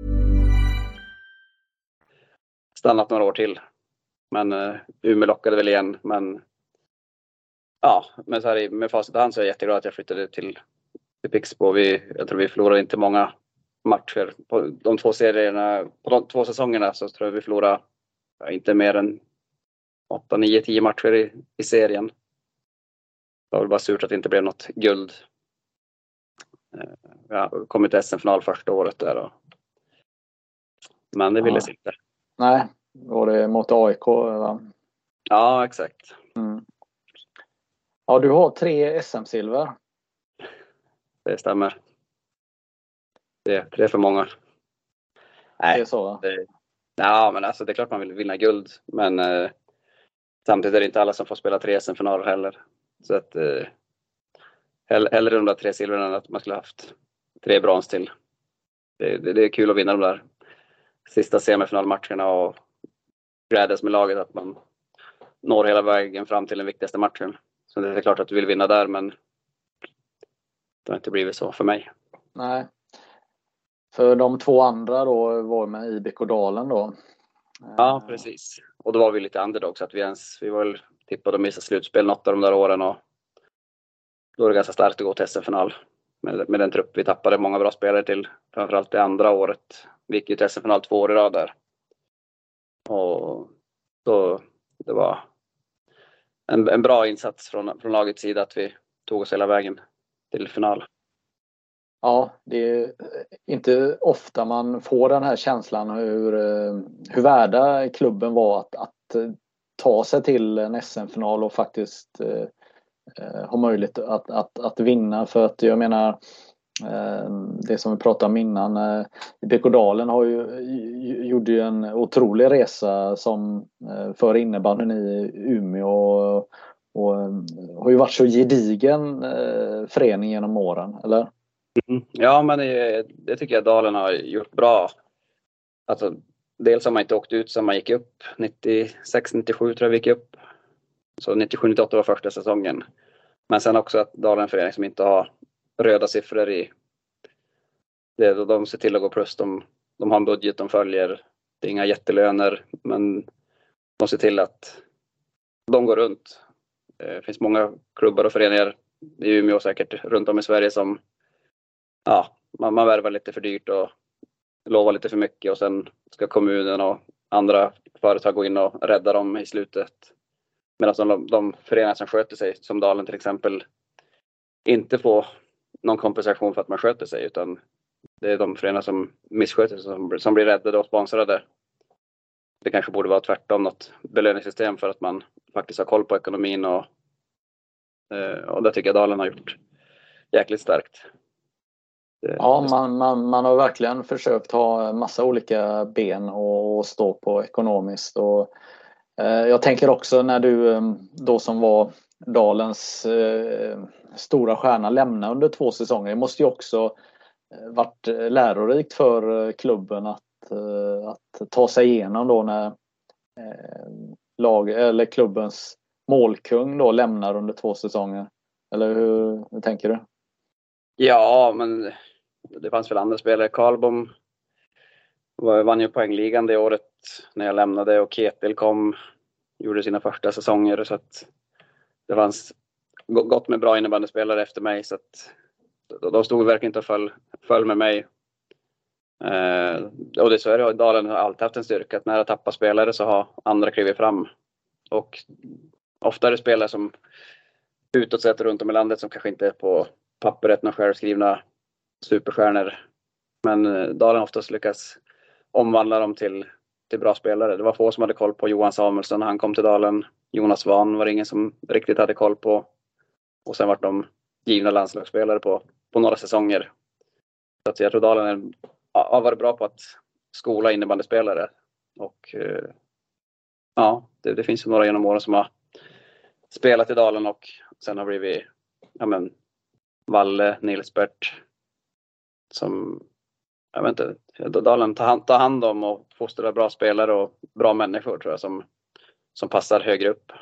S3: Stannat några år till. Men uh, Umeå lockade väl igen. Men ja, men så här med facit i hand så är jag jätteglad att jag flyttade till, till Pixbo. Vi, jag tror vi förlorade inte många matcher på de två serierna, på de två säsongerna så tror jag vi förlorade ja, inte mer än åtta, nio, tio matcher i, i serien. Det var väl bara surt att det inte blev något guld. Jag kom till S M-final första året där. Och... Men det ville ja. inte.
S4: Nej, var det mot A I K? Va?
S3: Ja, exakt.
S4: Mm. Ja, du har tre S M-silver.
S3: Det stämmer. Det, det är för många. Nej,
S4: det är så va?
S3: Det, ja, men alltså det är klart man vill vinna guld. Men eh, samtidigt är det inte alla som får spela tre S M-finaler heller. Så att eh, hellre de där tre silverna än att man skulle haft tre brons till. Det, det, det är kul att vinna de där sista semifinalmatcherna och glädjas med laget att man når hela vägen fram till den viktigaste matchen. Så det är klart att du vill vinna där, men det har inte blivit så för mig.
S4: Nej. För de två andra då var med I B K Dalen då.
S3: Ja, precis. Och då var vi lite underdog så att vi ens, vi var väl tippade att missa slutspel något av de där åren och då är det ganska starkt att gå till S M-final. Med, med den trupp vi tappade många bra spelare till, framförallt det andra året. Vi gick ju till S M-final två år i rad där. Och då, det var en, en bra insats från, från lagets sida att vi tog oss hela vägen till final.
S4: Ja, det är inte ofta man får den här känslan hur, hur värda klubben var att, att ta sig till en S M-final och faktiskt eh, ha möjlighet att, att, att vinna. För att jag menar, eh, det som vi pratade om innan, eh, B K Dalen har ju, gjorde ju en otrolig resa som eh, för innebandyn i Umeå och, och har ju varit så gedigen eh, förening genom åren, eller?
S3: Mm. Ja, men det, det tycker jag Dalen har gjort bra. Alltså, dels har man inte åkt ut som man gick upp. nittiosex nittiosju tror jag vi gick upp. Så nittiosju nittioåtta var första säsongen. Men sen också att Dalen är en förening som inte har röda siffror i det, de ser till att gå plus. De, de har en budget de följer. Det är inga jättelöner, men de ser till att de går runt. Det finns många klubbar och föreningar i Umeå säkert runt om i Sverige som ja, man, man värvar lite för dyrt och lovar lite för mycket och sen ska kommunen och andra företag gå in och rädda dem i slutet. Medan de, de föreningar som sköter sig, som Dalen till exempel, inte får någon kompensation för att man sköter sig, utan det är de föreningar som missköter sig som, som blir räddade och sponsrade. Det kanske borde vara tvärtom, något belöningssystem för att man faktiskt har koll på ekonomin och, och det tycker jag Dalen har gjort jäkligt starkt. Det,
S4: ja, man, man, man har verkligen försökt ha massa olika ben och stå på ekonomiskt. Och, eh, jag tänker också när du då som var Dalens eh, stora stjärna lämnade under två säsonger. Det måste ju också eh, varit lärorikt för klubben att, eh, att ta sig igenom då när eh, lag, eller klubbens målkung då lämnar under två säsonger. Eller hur, hur tänker du?
S3: Ja, men det fanns väl andra spelare. Karlbom vann ju poängligan det året när jag lämnade och Ketil kom, gjorde sina första säsonger, så att det fanns gott med bra innebandyspelare efter mig, så att de stod verkligen inte och föll, föll med mig. Eh, och det så är det, Dalen har alltid haft en styrka att när jag tappar spelare så har andra klivit fram. Och ofta är det spelare som utåt sett runt om i landet som kanske inte är på pappret några självskrivna superstjärnor. Men Dalen oftast lyckas omvandla dem till, till bra spelare. Det var få som hade koll på Johan Samuelsson när han kom till Dalen. Jonas Svahn var det ingen som riktigt hade koll på. Och sen var de givna landslagsspelare på, på några säsonger. Så att jag tror Dalen är, har varit bra på att skola innebandyspelare. Och ja, det, det finns ju några genom åren som har spelat i Dalen och sen har blivit ja men, Valle, Nilsbert som jag vet inte, Dalen tar hand, tar hand om och fostrar bra spelare och bra människor tror jag som, som passar högre upp.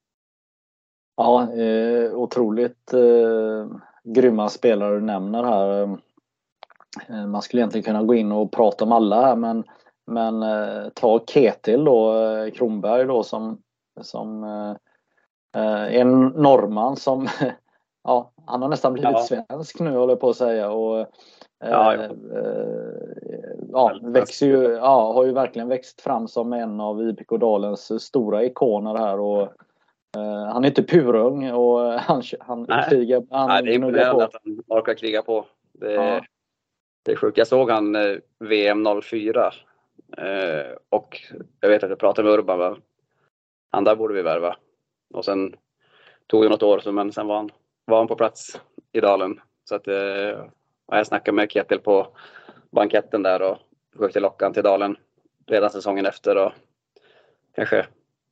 S4: Ja, eh, otroligt eh, grymma spelare du nämner här. Eh, man skulle egentligen kunna gå in och prata om alla här, men, men eh, ta Ketil då, eh, Kronberg då som, som eh, en norrman som ja, han har nästan blivit ja. svensk nu håller jag på att säga och eh, ja, ja. Eh, ja, växer ju, ja, har ju verkligen växt fram som en av I P K Dalens stora ikoner här och eh, han är inte purung och han, han krigar han
S3: Nej, det är imponerande att han orkar kriga på. Det, ja. det är sjukt. Jag såg han eh, V M noll fyra eh, och jag vet att jag pratade med Urban, va? Han där borde vi värva och sen tog det något år så, men sen var han var han på plats i Dalen. Så att eh, jag snackade med Ketil på banketten där och försökte locka han till Dalen redan säsongen efter. Och kanske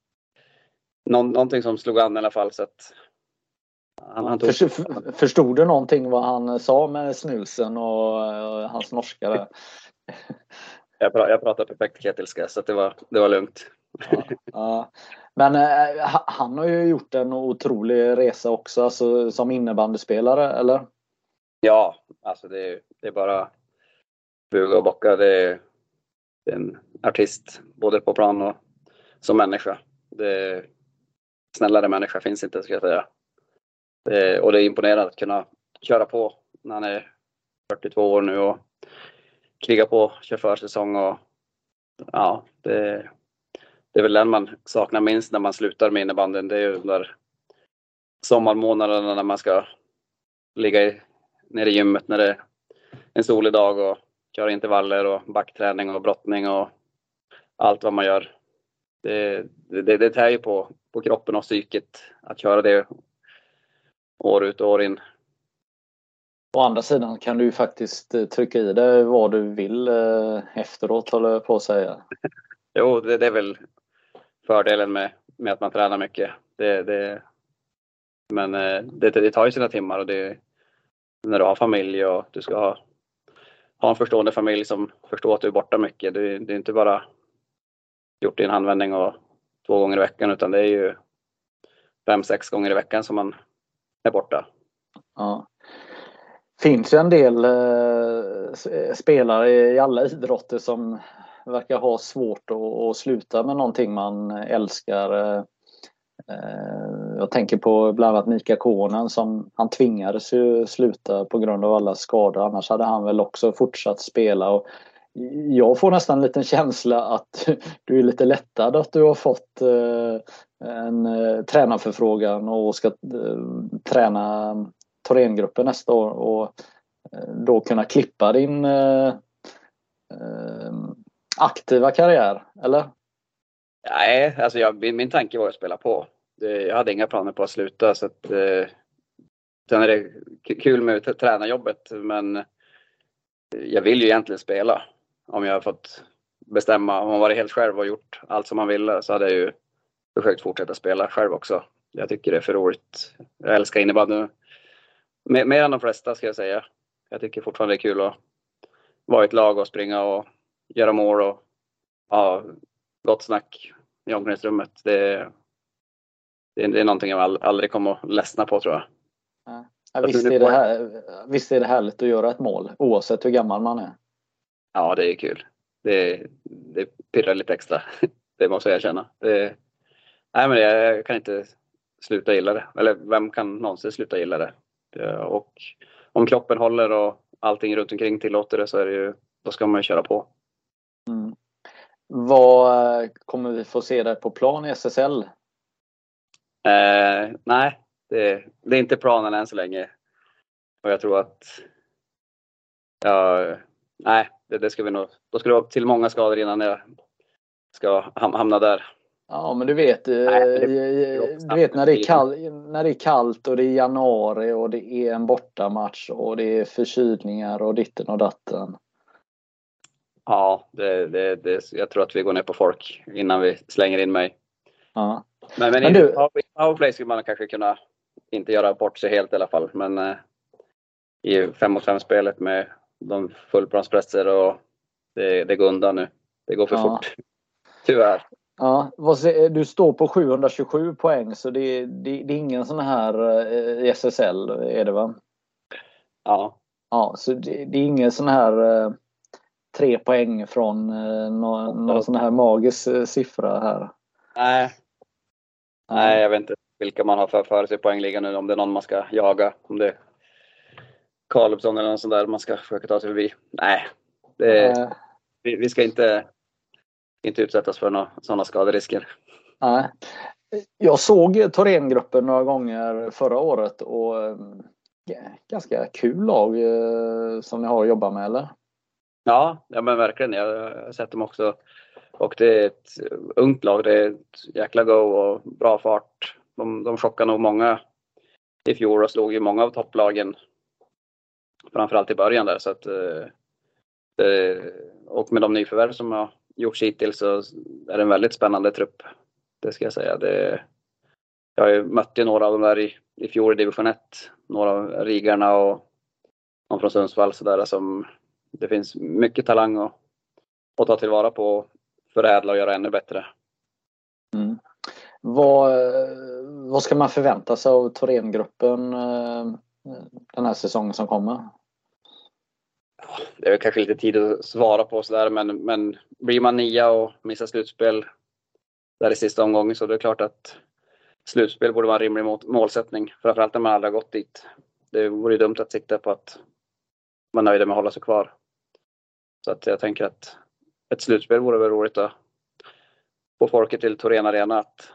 S3: någon, någonting som slog an i alla fall. Så att han, han tog...
S4: För, förstod du någonting vad han sa med snusen och, och hans norska där?
S3: jag, pra, jag pratade perfekt ketilska så att det, var, det var lugnt.
S4: Ja, ja. Men eh, han har ju gjort en otrolig resa också alltså, som innebandyspelare, eller?
S3: Ja, alltså det är, det är bara buga och bocka. Det är, det är en artist både på plan och som människa. Det är, snällare människa finns inte, ska jag säga. Det är, och det är imponerande att kunna köra på när han är fyrtiotvå år nu och kriga på, köra försäsong och ja, det Det är väl den man saknar minst när man slutar med innebandyn. Det är ju under sommarmånaderna när man ska ligga i, nere i gymmet när det är en solig dag och köra intervaller och backträning och brottning och allt vad man gör. Det, det, det tär ju på, på kroppen och psyket att köra det år ut och år in.
S4: Å andra sidan kan du ju faktiskt trycka i dig vad du vill efteråt, håller jag på att säga.
S3: Jo, det, det är väl fördelen med, med att man tränar mycket. Det, det, men det, det tar ju sina timmar och det, när du har familj och du ska ha, ha en förstående familj som förstår att du är borta mycket. Det, det är inte bara gjort i en handvändning och två gånger i veckan utan det är ju fem, sex gånger i veckan som man är borta.
S4: Ja. finns ju en del eh, spelare i alla idrotter som verkar ha svårt att, att sluta med någonting man älskar. Eh, jag tänker på bland annat Mika Konen som han tvingades ju sluta på grund av alla skador. Annars hade han väl också fortsatt spela. Och jag får nästan en liten känsla att du är lite lättad att du har fått eh, en eh, tränarförfrågan och ska eh, träna Thorengruppen nästa år och eh, då kunna klippa din eh, eh, aktiva karriär, eller?
S3: Nej, alltså jag, min, min tanke var att spela på. Det, jag hade inga planer på att sluta. Så att, eh, sen är det kul med tränarjobbet, men jag vill ju egentligen spela. Om jag har fått bestämma, om man varit helt själv och gjort allt som man ville, så hade jag ju försökt fortsätta spela själv också. Jag tycker det är för roligt. Jag älskar innebandy mer, mer än de flesta, ska jag säga. Jag tycker fortfarande det är kul att vara i ett lag och springa och göra mål och ha gott snack i omklädningsrummet. Det, det, det är någonting jag aldrig kommer att ledsna på, tror jag.
S4: Ja, visst, är det här, visst är det härligt att göra ett mål, oavsett hur gammal man är.
S3: Ja, det är kul. Det, det pirrar lite extra. Det måste jag erkänna. Det, nej, men jag kan inte sluta gilla det. Eller vem kan någonsin sluta gilla det? det? Och om kroppen håller och allting runt omkring tillåter det, så är det ju, då ska man ju köra på.
S4: Mm. Vad kommer vi få se där på plan i S S L?
S3: Eh, nej, det, det är inte planen än så länge. Och jag tror att ja, nej, det, det ska vi nog, då ska det vara till många skador innan jag ska hamna där.
S4: Ja, men du vet, nej, det, du vet när, det är kall, när det är kallt och det är januari och det är en bortamatch och det är förkylningar och ditten och datten.
S3: Ja, det, det, det, jag tror att vi går ner på folk innan vi slänger in mig.
S4: Ja.
S3: Men, men, men i powerplay skulle man kanske kunna inte göra bort sig helt i alla fall. Men eh, i fem mot fem spelet med de fullplanspresser och det, det går undan nu. Det går för ja. fort. Tyvärr.
S4: Ja, du står på sjuhundratjugosju poäng, så det, det, det är ingen sån här i S S L, är det va?
S3: Ja.
S4: Ja, så det, det är ingen sån här eh, tre poäng från eh, någon, någon sån här magisk eh, siffra här.
S3: Nej. Nej, jag vet inte vilka man har för, för sig poängligan nu. Om det är någon man ska jaga. Om det är Karlsson eller något sånt där man ska försöka ta sig förbi. Nej, det, äh. vi, vi ska inte, inte utsättas för några sådana skaderisker.
S4: Nej. Jag såg Thorengruppen några gånger förra året och ja, ganska kul lag eh, som ni har att jobba med, eller?
S3: Ja, ja men verkligen. Jag har sett dem också. Och det är ett ungt lag. Det är ett jäkla go och bra fart. De, de chockar nog många i fjol och slog ju många av topplagen. Framförallt i början där. Så att, eh, och med de nyförvärv som har gjorts hittills så är det en väldigt spännande trupp. Det ska jag säga. Det, jag har ju mött ju några av dem där i, i fjol i division ett. Några av rigarna och någon från Sundsvall. Så där, som, det finns mycket talang att, att ta tillvara på, förädla och göra ännu bättre.
S4: Mm. Vad, vad ska man förvänta sig av Thorengruppen den här säsongen som kommer?
S3: Det är väl kanske lite tid att svara på sådär, men, men blir man nia och missar slutspel där i sista omgången, så det är klart att slutspel borde vara en rimlig målsättning. Framförallt när man aldrig har gått dit. Det vore ju dumt att sikta på att man nöjde med att hålla sig kvar. Så att jag tänker att ett slutspel vore väl roligt att få folket till Thorén Arena att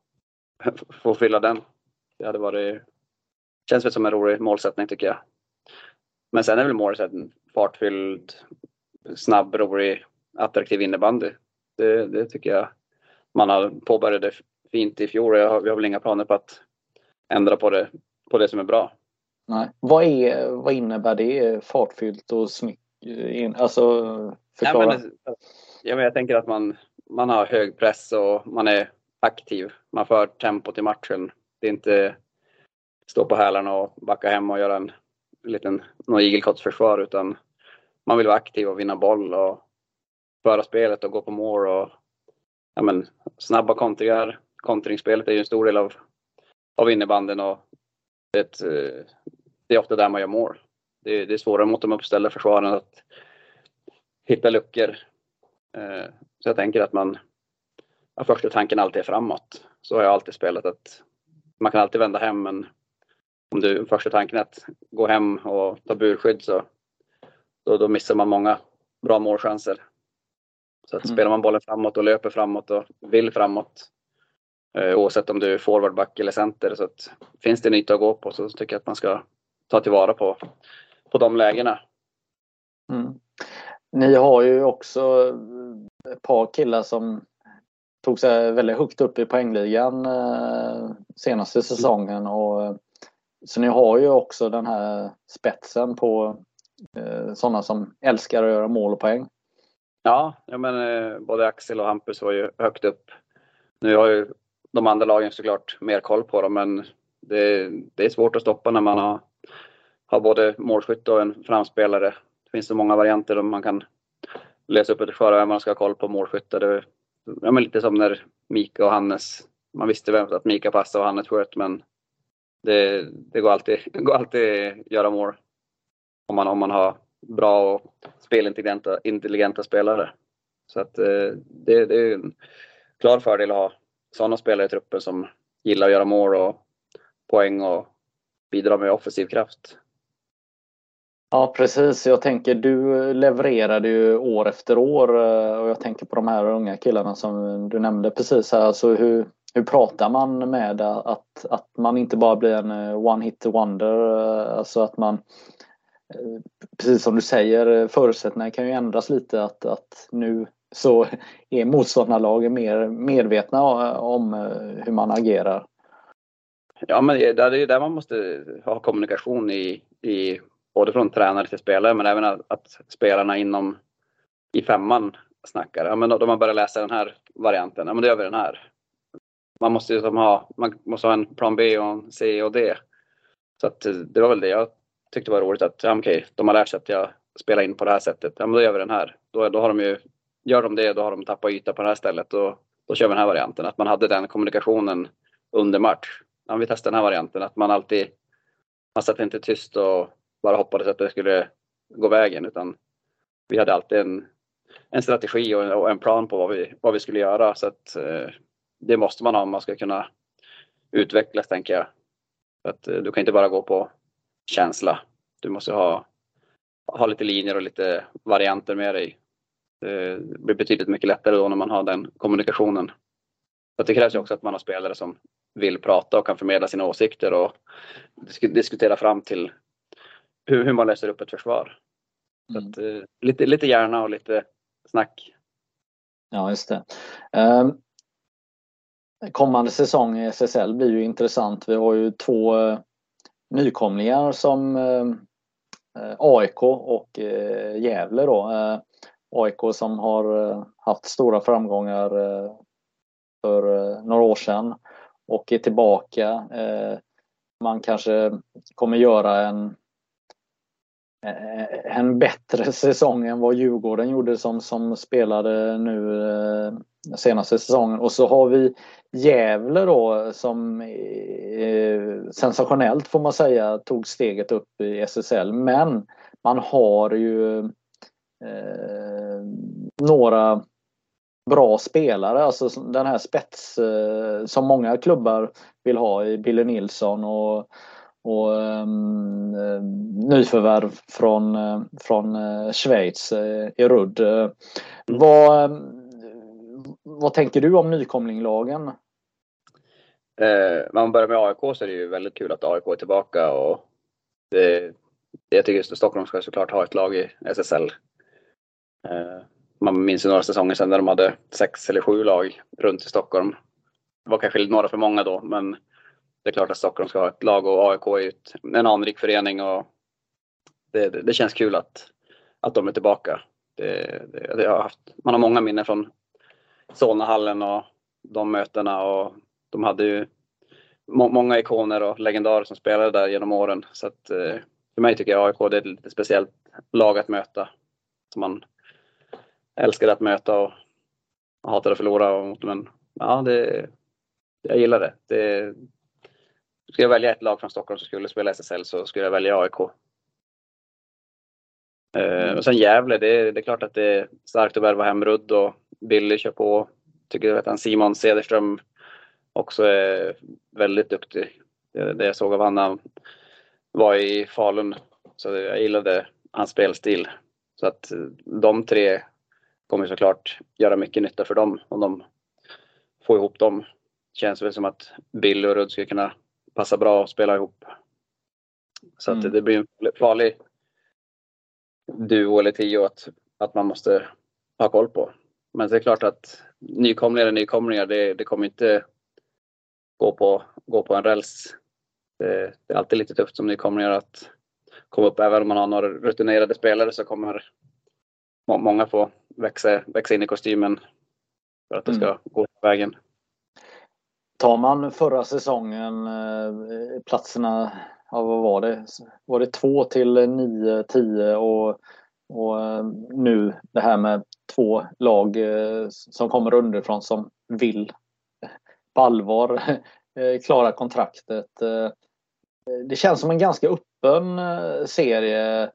S3: få fylla den. Det hade varit, känns väl som en rolig målsättning, tycker jag. Men sen är väl målsättningen fartfylld, snabb, rolig, attraktiv innebandy. Det, det tycker jag man har påbörjat det fint i fjol. Jag har, vi har väl inga planer på att ändra på det, på det som är bra.
S4: Nej. Vad, är, vad innebär det, fartfyllt och snyggt? Alltså, förklara.
S3: Nej, men, ja, men jag tänker att man, man har hög press och man är aktiv. Man för tempo till matchen. Det är inte stå på hälarna och backa hem och göra en liten någon igelkottsförsvar, utan man vill vara aktiv och vinna boll och föra spelet och gå på mål och ja, men, snabba kontringar. Kontringsspelet är ju en stor del av, av innebanden och det, det är ofta där man gör mål. Det är, det är svårare mot de uppställda försvaren att hitta luckor. Eh, så jag tänker att man, ja, första tanken alltid är framåt. Så har jag alltid spelat, att man kan alltid vända hem, men om du första tanken är att gå hem och ta burskydd, så då, då missar man många bra målchanser. Så att mm. spelar man bollen framåt och löper framåt och vill framåt, eh, oavsett om du är forward, back eller center, så att finns det en yta att gå på, så tycker jag att man ska ta tillvara på, på de lägena.
S4: Mm. Ni har ju också ett par killar som tog sig väldigt högt upp i poängligan eh, senaste säsongen, och så ni har ju också den här spetsen på eh, sådana som älskar att göra mål och poäng.
S3: Ja, jag men eh, både Axel och Hampus var ju högt upp. Nu har ju de andra lagen såklart mer koll på dem, men det, det är svårt att stoppa när man har, har både målskytt och en framspelare. Det finns så många varianter om man kan läsa upp ett före vem man ska ha koll på målskyttar. Det, ja, men lite som när Mika och Hannes, man visste vem att Mika passade och Hannes sköt, men det, det går alltid det går alltid göra mål om man, om man har bra och spelintelligenta intelligenta spelare. Så att det, det är en klar fördel att ha sådana spelare i truppen som gillar att göra mål och poäng och bidra med offensiv kraft.
S4: Ja, precis. Jag tänker, du levererade ju år efter år, och jag tänker på de här unga killarna som du nämnde precis här. Alltså hur, hur pratar man med att, att man inte bara blir en one hit wonder, alltså att man, precis som du säger, förutsättningarna kan ju ändras lite, att, att nu så är motståndarlagen mer medvetna om hur man agerar.
S3: Ja, men det är ju där man måste ha kommunikation i, i både från tränare till spelare, men även att, att spelarna inom i femman snackar. Ja, men då, då man börjar läsa den här varianten, ja men då gör vi den här. Man måste ju som ha, man måste ha en plan B och en C och D. Så att det var väl det jag tyckte var roligt, att ja, okej, de har lärt sig att jag spelar in på det här sättet. Ja, men då gör vi den här. Då, då har de ju, gör de det, då har de tappat yta på det här stället, och då kör vi den här varianten. Att man hade den kommunikationen under match. Ja, vi testar den här varianten, att man alltid, man satt inte tyst och bara hoppades att det skulle gå vägen, utan vi hade alltid en, en strategi och en, och en plan på vad vi, vad vi skulle göra. Så att eh, det måste man ha om man ska kunna utvecklas, tänker jag. För att eh, du kan inte bara gå på känsla. Du måste ha, ha lite linjer och lite varianter med dig. Det blir betydligt mycket lättare då när man har den kommunikationen. Så att det krävs ju också att man har spelare som vill prata och kan förmedla sina åsikter och disk- diskutera fram till hur, hur man löser upp ett försvar. Så att, eh, lite, lite hjärna och lite snack.
S4: Ja, just det. Um, kommande säsong i S S L blir ju intressant. Vi har ju två uh, nykomlingar som uh, A I K och uh, Gävle då. Uh, A I K som har uh, haft stora framgångar uh, för uh, några år sedan och är tillbaka. Uh, man kanske kommer göra en en bättre säsong än vad Djurgården gjorde som, som spelade nu eh, senaste säsongen. Och så har vi Gävle då som eh, sensationellt får man säga tog steget upp i S S L. Men man har ju eh, några bra spelare. Alltså den här spets eh, som många klubbar vill ha i Billy Nilsson och och um, nyförvärv från, från uh, Schweiz uh, i Rudd. Uh, mm. vad, um, vad tänker du om nykomlinglagen?
S3: Eh, när man börjar med A I K så är det ju väldigt kul att A I K är tillbaka, och det, det jag tycker att Stockholm ska såklart ha ett lag i S S L. Eh, man minns ju några säsonger sedan när de hade sex eller sju lag runt i Stockholm. Det var kanske några för många då, men det är klart att Stockholm ska ha ett lag, och A I K är ett, en anrik förening, och det, det, det känns kul att, att de är tillbaka. Det, det, det har haft, man har många minnen från Solnahallen och de mötena, och de hade ju må, många ikoner och legendarer som spelade där genom åren. Så att, för mig tycker jag A I K det är ett lite speciellt lag att möta, som man älskar att möta och hatar att förlora. Men ja, det, jag gillar det. det Ska jag välja ett lag från Stockholm som skulle spela S S L, så skulle jag välja A I K. Uh, och sen Gävle, det är, det är klart att det är starkt att värva hem Rudd och Billy kör på. Tycker att han Simon Cederström också är väldigt duktig. Det, det jag såg av han när han var i Falun. Så jag gillade hans spelstil. Så att de tre kommer såklart göra mycket nytta för dem om de får ihop dem. Känns väl som att Billy och Rudd skulle kunna passa bra och spela ihop. Så mm. att det blir en farlig duo eller tio att, att man måste ha koll på. Men det är klart att nykomlingar är nykomlingar. Det, det kommer inte gå på, gå på en räls. Det, det är alltid lite tufft som nykomlingar att komma upp. Även om man har några rutinerade spelare så kommer må, många få växa, växa in i kostymen för att det ska mm. gå vägen.
S4: Tar man förra säsongen platserna, ja, vad var det? Var det två till nio, tio och, och nu det här med två lag som kommer underifrån som vill på allvar klara kontraktet. Det känns som en ganska öppen serie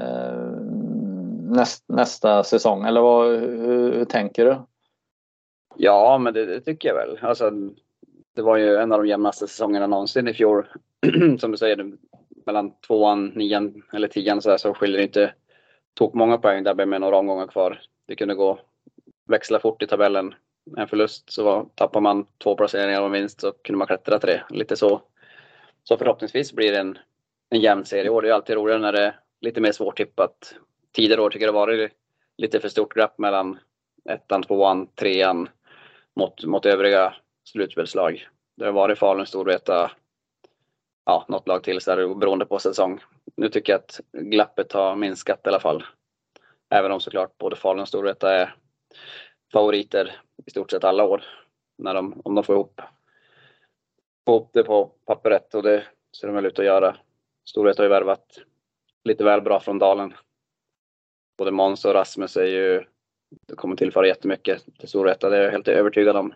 S4: näst, nästa säsong. Eller vad, hur, hur tänker du?
S3: Ja, men det, det tycker jag väl. Alltså, det var ju en av de jämnaste säsongerna någonsin i fjol. Som du säger, mellan tvåan, nian eller tian så, här, så skiljer det inte. Tog många poäng där med några omgångar kvar. Det kunde gå växla fort i tabellen. En förlust så var, tappar man två placeringar och vinst så kunde man klättra tre. Lite så. Så förhoppningsvis blir det en, en jämn serie år. Det är alltid roligare när det är lite mer svårtippat. Tidigare år tycker jag det var lite för stort glapp mellan ettan, tvåan, trean mot, mot övriga slutspelslag. Det har varit Falun, Storvreta, ja, något lag till så där, beroende på säsong. Nu tycker jag att glappet har minskat i alla fall. Även om såklart både Falun och Storvreta är favoriter i stort sett alla år. När de, om de får ihop, får ihop det på pappret, och det ser de väl ut att göra. Storvreta har ju värvat lite väl bra från Dalen. Både Måns och Rasmus är ju, det kommer tillföra jättemycket till Storvreta, det är jag helt övertygad om.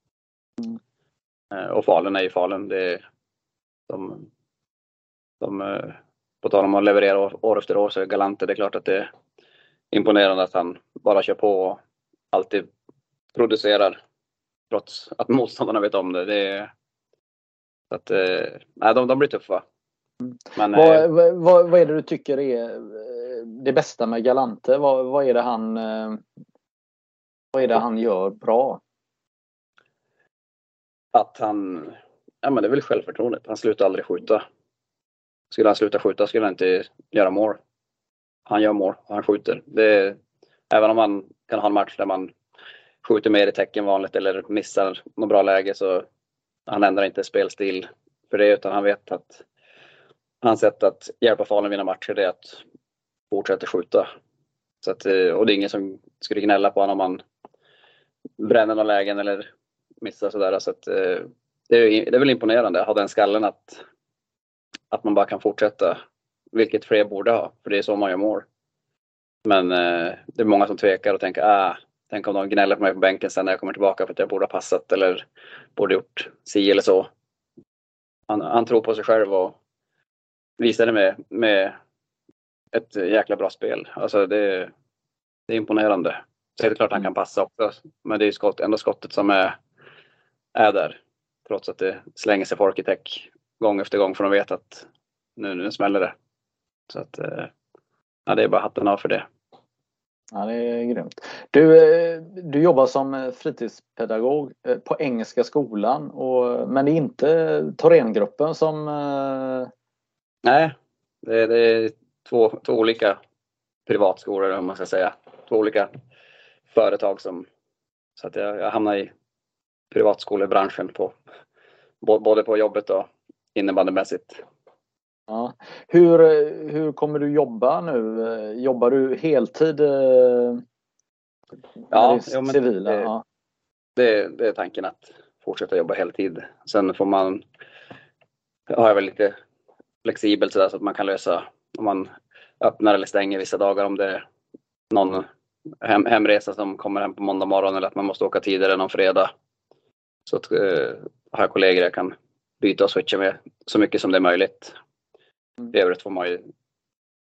S3: Mm. Och Falun är ju Falun. Det är, de, de, på tal om att leverera år, år efter år så är Galante, det är klart att det är imponerande att han bara kör på och alltid producerar trots att motståndarna vet om det. Det är, så att, nej, de, de blir tuffa. Men,
S4: vad, eh, vad, vad är det du tycker är det bästa med Galante? Vad, vad är det han vad är det han gör bra?
S3: Att han, ja men det är väl självförtroendet. Han slutar aldrig skjuta. Skulle han sluta skjuta skulle han inte göra mål. Han gör mål och han skjuter. Det är, även om man kan ha en match där man skjuter mer i tecken vanligt eller missar något bra läge, så han ändrar inte spelstil för det, utan han vet att hans sätt att hjälpa Falun vinna matcher är att fortsätta skjuta. Så att, och det är ingen som skulle gnälla på honom om man bränner några lägen eller missar sådär. Så att, det, är, det är väl imponerande att ha den skallen att, att man bara kan fortsätta, vilket fler borde ha, för det är så man gör mål. Men eh, det är många som tvekar och tänker, ah, tänk om de gnäller på mig på bänken sen när jag kommer tillbaka för att jag borde ha passat eller borde gjort si eller så. Han, han tror på sig själv och visar det med, med ett jäkla bra spel. Alltså det, det är imponerande. Så är det klart att han kan passa också, men det är skott, ändå skottet som är, är där. Trots att det slänger sig folk i täck gång efter gång, för de vet att nu, nu smäller det. Så att, ja, det är bara hatten av för det.
S4: Ja, det är grymt. Du, du jobbar som fritidspedagog på Engelska skolan, och, men det är inte Thorengruppen som...
S3: Nej, det är, det är två, två olika privatskolor, om man ska säga. Två olika företag som... Så att jag, jag hamnar i privatskolebranschen på, både på jobbet och innebandymässigt.
S4: Ja. Hur, hur kommer du jobba nu? Jobbar du heltid?
S3: Ja, jo, men
S4: civila?
S3: Det,
S4: ja.
S3: Det, det är tanken att fortsätta jobba heltid. Sen får man, har jag väl lite flexibelt så, där, så att man kan lösa om man öppnar eller stänger vissa dagar, om det är någon hem, hemresa som kommer hem på måndag morgon eller att man måste åka tidigare någon fredag. Så att, eh, har jag kollegor jag kan byta och switcha med så mycket som det är möjligt. I övrigt får man ju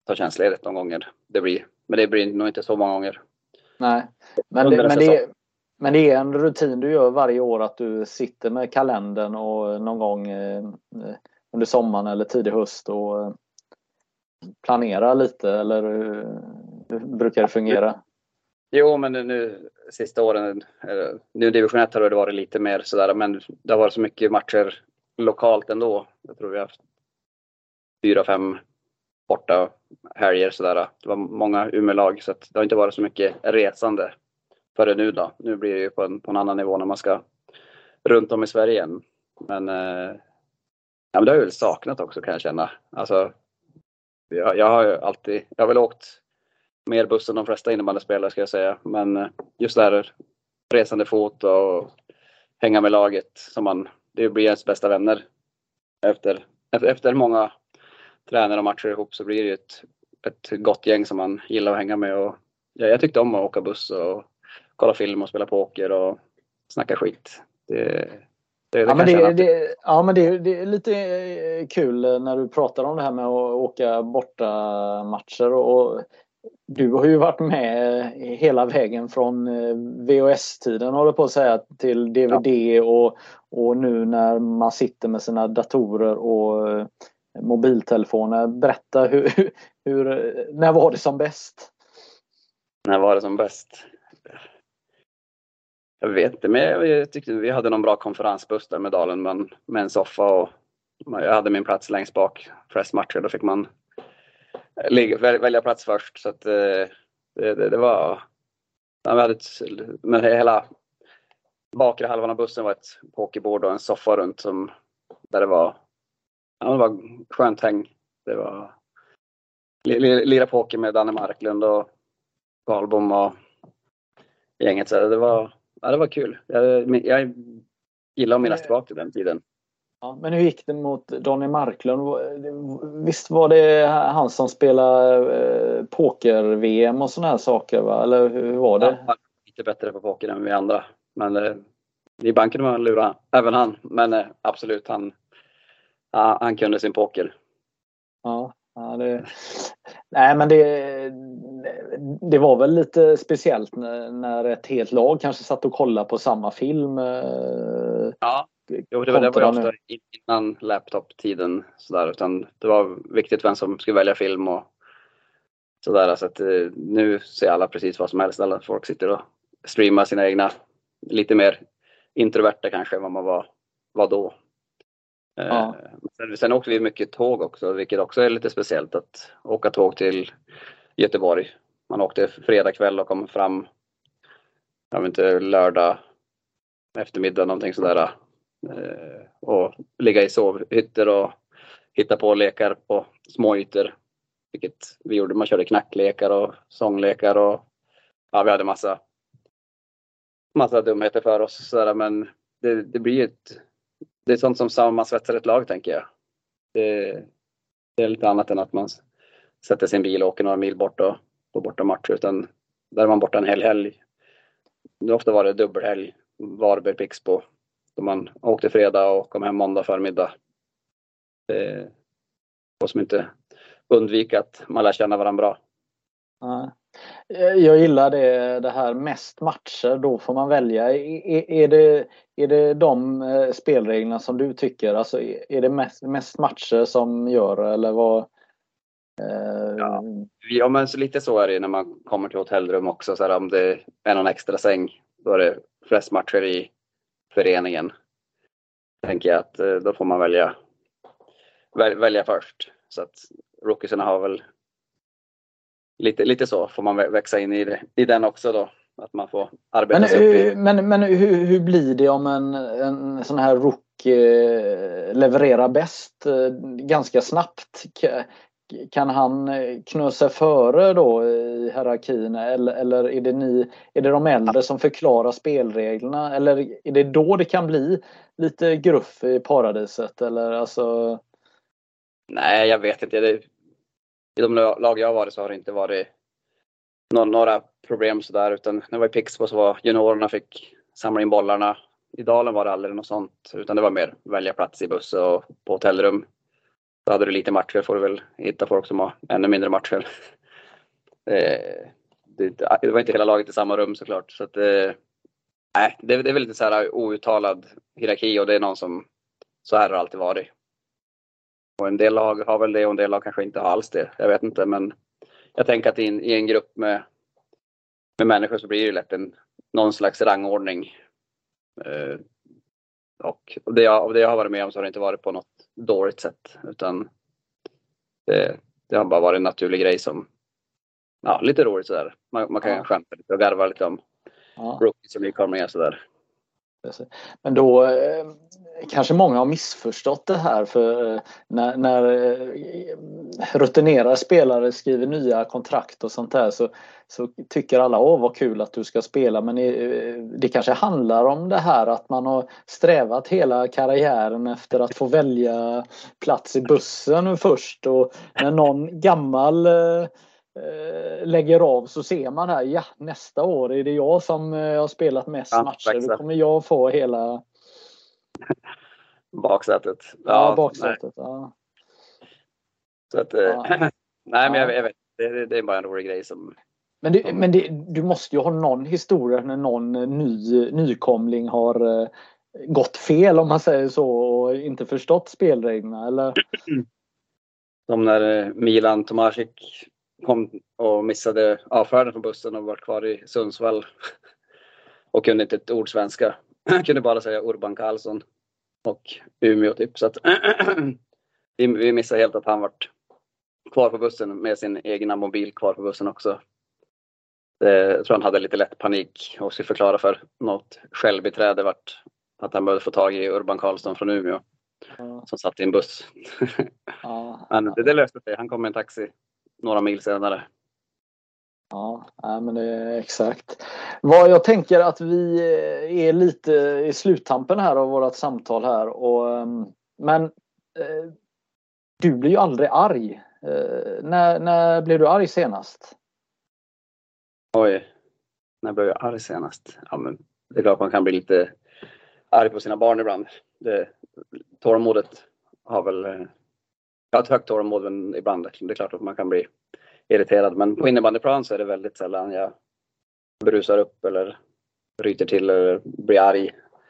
S3: ta tjänstledigt någon gånger. Det blir, men det blir nog inte så många gånger.
S4: Nej, men det, men, det, men det är en rutin du gör varje år att du sitter med kalendern och någon gång eh, under sommaren eller tidig höst och planerar lite, eller hur brukar det fungera?
S3: Jo, men nu, nu sista åren, nu division ett har det varit lite mer sådär, men det har varit så mycket matcher lokalt ändå. Jag tror vi har haft fyra, fem borta helger sådär. Det var många Umeå-lag, så att det har inte varit så mycket resande före nu då. Nu blir det ju på en, på en annan nivå när man ska runt om i Sverige igen. Men, eh, ja, men det har jag väl saknat också, kan jag känna. Alltså, jag, jag har ju alltid, jag har väl åkt mer buss än de flesta innebandyspelare, ska jag säga. Men just det här resande fot och hänga med laget, som man, det blir ens bästa vänner. Efter, efter många tränare och matcher ihop så blir det ju ett, ett gott gäng som man gillar att hänga med. Och ja, jag tyckte om att åka buss och kolla film och spela poker och snacka skit. Det, det, det
S4: ja, men det, det, ja, men det, det är lite kul när du pratar om det här med att åka borta matcher. Och du har ju varit med hela vägen från V H S-tiden, håller på att säga, till D V D, ja. och, och nu när man sitter med sina datorer och mobiltelefoner. Berätta, hur, hur, när var det som bäst?
S3: När var det som bäst? Jag vet inte, men jag tyckte vi hade någon bra konferensbuss där med Dalen, men med en soffa, och jag hade min plats längst bak. Flest matcher, då fick man välja plats först, så att det, det, det var, ja, vi hade ett, men hela bakre halvan av bussen var ett pokerbord och en soffa runt, som där det var, ja, det var skönt häng. Det var lira poker med Danne Marklund och Karlbom och gänget, så det var, ja, det var kul. Jag, jag gillar att minnas tillbaka till den tiden.
S4: Ja, men hur gick det mot Donny Marklund? Visst var det han som spelade poker-V M och såna här saker, va? Eller hur var det?
S3: Ja, lite bättre på poker än vi andra. Men eh, i banken var han lura även han. Men eh, absolut, han, ja, han kunde sin poker.
S4: Ja, ja det... Nej, men det, det var väl lite speciellt när, när ett helt lag kanske satt och kollade på samma film.
S3: Ja. Jo, det var, det var ofta innan laptop-tiden sådär, utan det var viktigt vem som skulle välja film och sådär, så att nu ser alla precis vad som helst. Alla folk sitter och streamar sina egna, lite mer introverta kanske än vad man var, var då. Ja. Sen, sen åkte vi mycket tåg också, vilket också är lite speciellt, att åka tåg till Göteborg. Man åkte fredag kväll och kom fram, jag vet inte, lördag eftermiddag någonting sådär. Och ligga i sovhytter och hitta på lekar på små ytor, vilket vi gjorde. Man körde knacklekar och sånglekar, och ja, vi hade massa massa dumheter för oss sådär, men det, det blir ett, det är sånt som sammansvetsar ett lag, tänker jag. Det, det är lite annat än att man sätter sin bil och åker några mil bort och på borta matcher, utan där är man borta en hel helg. Det ofta var det dubbelhelg, Varberg, Pixbo. Så man åkte fredag och kom hem måndag förmiddag. Det var som inte undvika att man lär känna varandra bra.
S4: Ja. Jag gillar det, det här mest matcher, då får man välja. Är, är, det, är det de spelreglerna som du tycker? Alltså, är det mest, mest matcher som gör, eller vad? Eh...
S3: Ja. ja, men så lite så är det när man kommer till hotellrum också. Så här, om det är någon extra säng, då är det flest matcher i föreningen. Tänker jag att då får man välja väl, välja först. Så att rookiesarna har väl lite, lite så får man växa in i, det, i den också då. Att man får arbeta
S4: men,
S3: sig upp i...
S4: Men, men hur, hur blir det om en, en sån här rookie levererar bäst ganska snabbt? Kan han knö sig före då i hierarkin, eller, eller är det ni, är det de äldre som förklarar spelreglerna, eller är det då det kan bli lite gruff i paradiset, eller alltså?
S3: Nej, jag vet inte. Det, i de lag jag har varit så har det inte varit några, några problem sådär, utan när jag var i Pixbo så var juniorerna fick samla in bollarna. I Dalen var det aldrig något sånt, utan det var mer välja plats i buss och på hotellrum. Då hade du lite matcher, får du väl hitta folk som har ännu mindre matcher. Det, det, det var inte hela laget i samma rum såklart. Så att, nej, det, det är väl lite så här outtalad hierarki, och det är någon som, så här har det alltid varit. Och en del lag har väl det och en del lag kanske inte har alls det. Jag vet inte, men jag tänker att i en, i en grupp med, med människor så blir det lätt en, någon slags rangordning. Eh, och det jag, av det jag har varit med om så har det inte varit på något dåligt sätt, utan det, det har bara varit en naturlig grej som, ja, lite roligt sådär. Man, man kan ja. skämta lite och garva lite om ja. rookies som vi kommer med sådär.
S4: Men då eh, kanske många har missförstått det här, för eh, när, när eh, rutinerade spelare skriver nya kontrakt och sånt där, så, så tycker alla, åh vad kul att du ska spela, men eh, det kanske handlar om det här att man har strävat hela karriären efter att få välja plats i bussen först, och när någon gammal eh, lägger av så ser man här, ja, nästa år är det jag som har spelat mest ja, matcher, exakt. Då kommer jag få hela
S3: baksätet.
S4: Ja, ja baksätet. Ja.
S3: Så att, ja. nej men jag, jag vet, det, det är bara en rolig grej som.
S4: Men, det, som... men det, du måste ju ha någon historia när någon ny nykomling har uh, gått fel, om man säger så, och inte förstått spelreglerna, eller?
S3: Som när Milan Tomasic kom och missade avfärden från bussen och var kvar i Sundsvall och kunde inte ett ord svenska. Kunde bara säga Urban Karlsson och Umeå typ. Så att vi, vi missade helt att han var kvar på bussen med sin egna mobil kvar på bussen också. Det, jag tror han hade lite lätt panik och skulle förklara för något självbiträde vart att han behövde få tag i Urban Karlsson från Umeå. Ja. Som satt i en buss. Ja. Men det, det löste sig. Han kom med en taxi några mil senare.
S4: Ja, men det är exakt. Vad jag tänker att vi är lite i sluttampen här av vårt samtal här. Och, men eh, du blir ju aldrig arg. Eh, när, när blev du arg senast?
S3: Oj, när blev jag arg senast? Ja, men det är klart man kan bli lite arg på sina barn ibland. Det, tålamodet har väl... Jag har ett högt tålamod, men ibland det är klart att man kan bli irriterad. Men på innebandyplan så är det väldigt sällan jag brusar upp eller ryter till eller blir arg.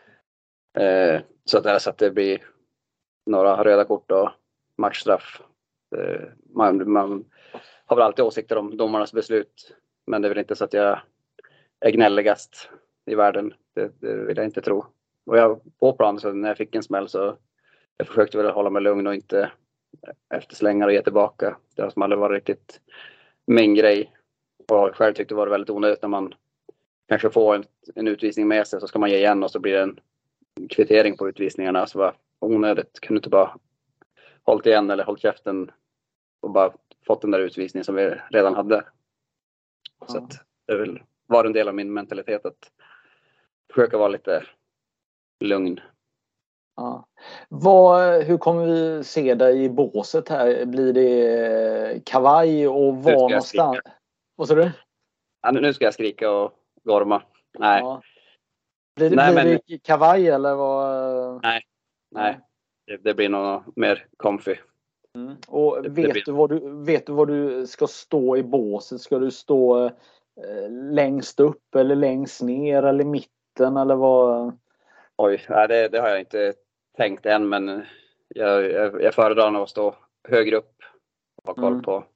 S3: Eh, så att det är så att det blir några röda kort och matchstraff. Eh, man, man har väl alltid åsikter om domarnas beslut. Men det är väl inte så att jag är gnälligast i världen. Det, det vill jag inte tro. Och jag på plan så när jag fick en smäll så jag försökte väl hålla mig lugn och inte efterslängar och ge tillbaka. Det har som aldrig varit riktigt min grej. Och själv tyckte det var väldigt onödigt när man kanske får en, en utvisning med sig, så ska man ge igen och så blir det en kvittering på utvisningarna. Så var onödigt. Kunde inte bara hållit igen eller hållit käften och bara fått den där utvisningen som vi redan hade. Ja. Så att det väl var en del av min mentalitet att försöka vara lite lugn.
S4: Ja. Vad, hur kommer vi se dig i båset här? Blir det kavaj och var någonstans? Vad sa du?
S3: Ja, nu ska jag skrika och gorma. Nej. Ja.
S4: Blir det, nej, blir men... det kavaj eller vad?
S3: Nej, nej. Det, det blir nog mer comfy.
S4: Mm. Och det, vet, det blir... du vad du, vet du vad du ska stå i båset? Ska du stå eh, längst upp eller längst ner eller i mitten eller vad?
S3: Oj, nej, det, det har jag inte tänkt än, men jag, jag, jag föredrar nog att stå högre upp och ha koll mm. på,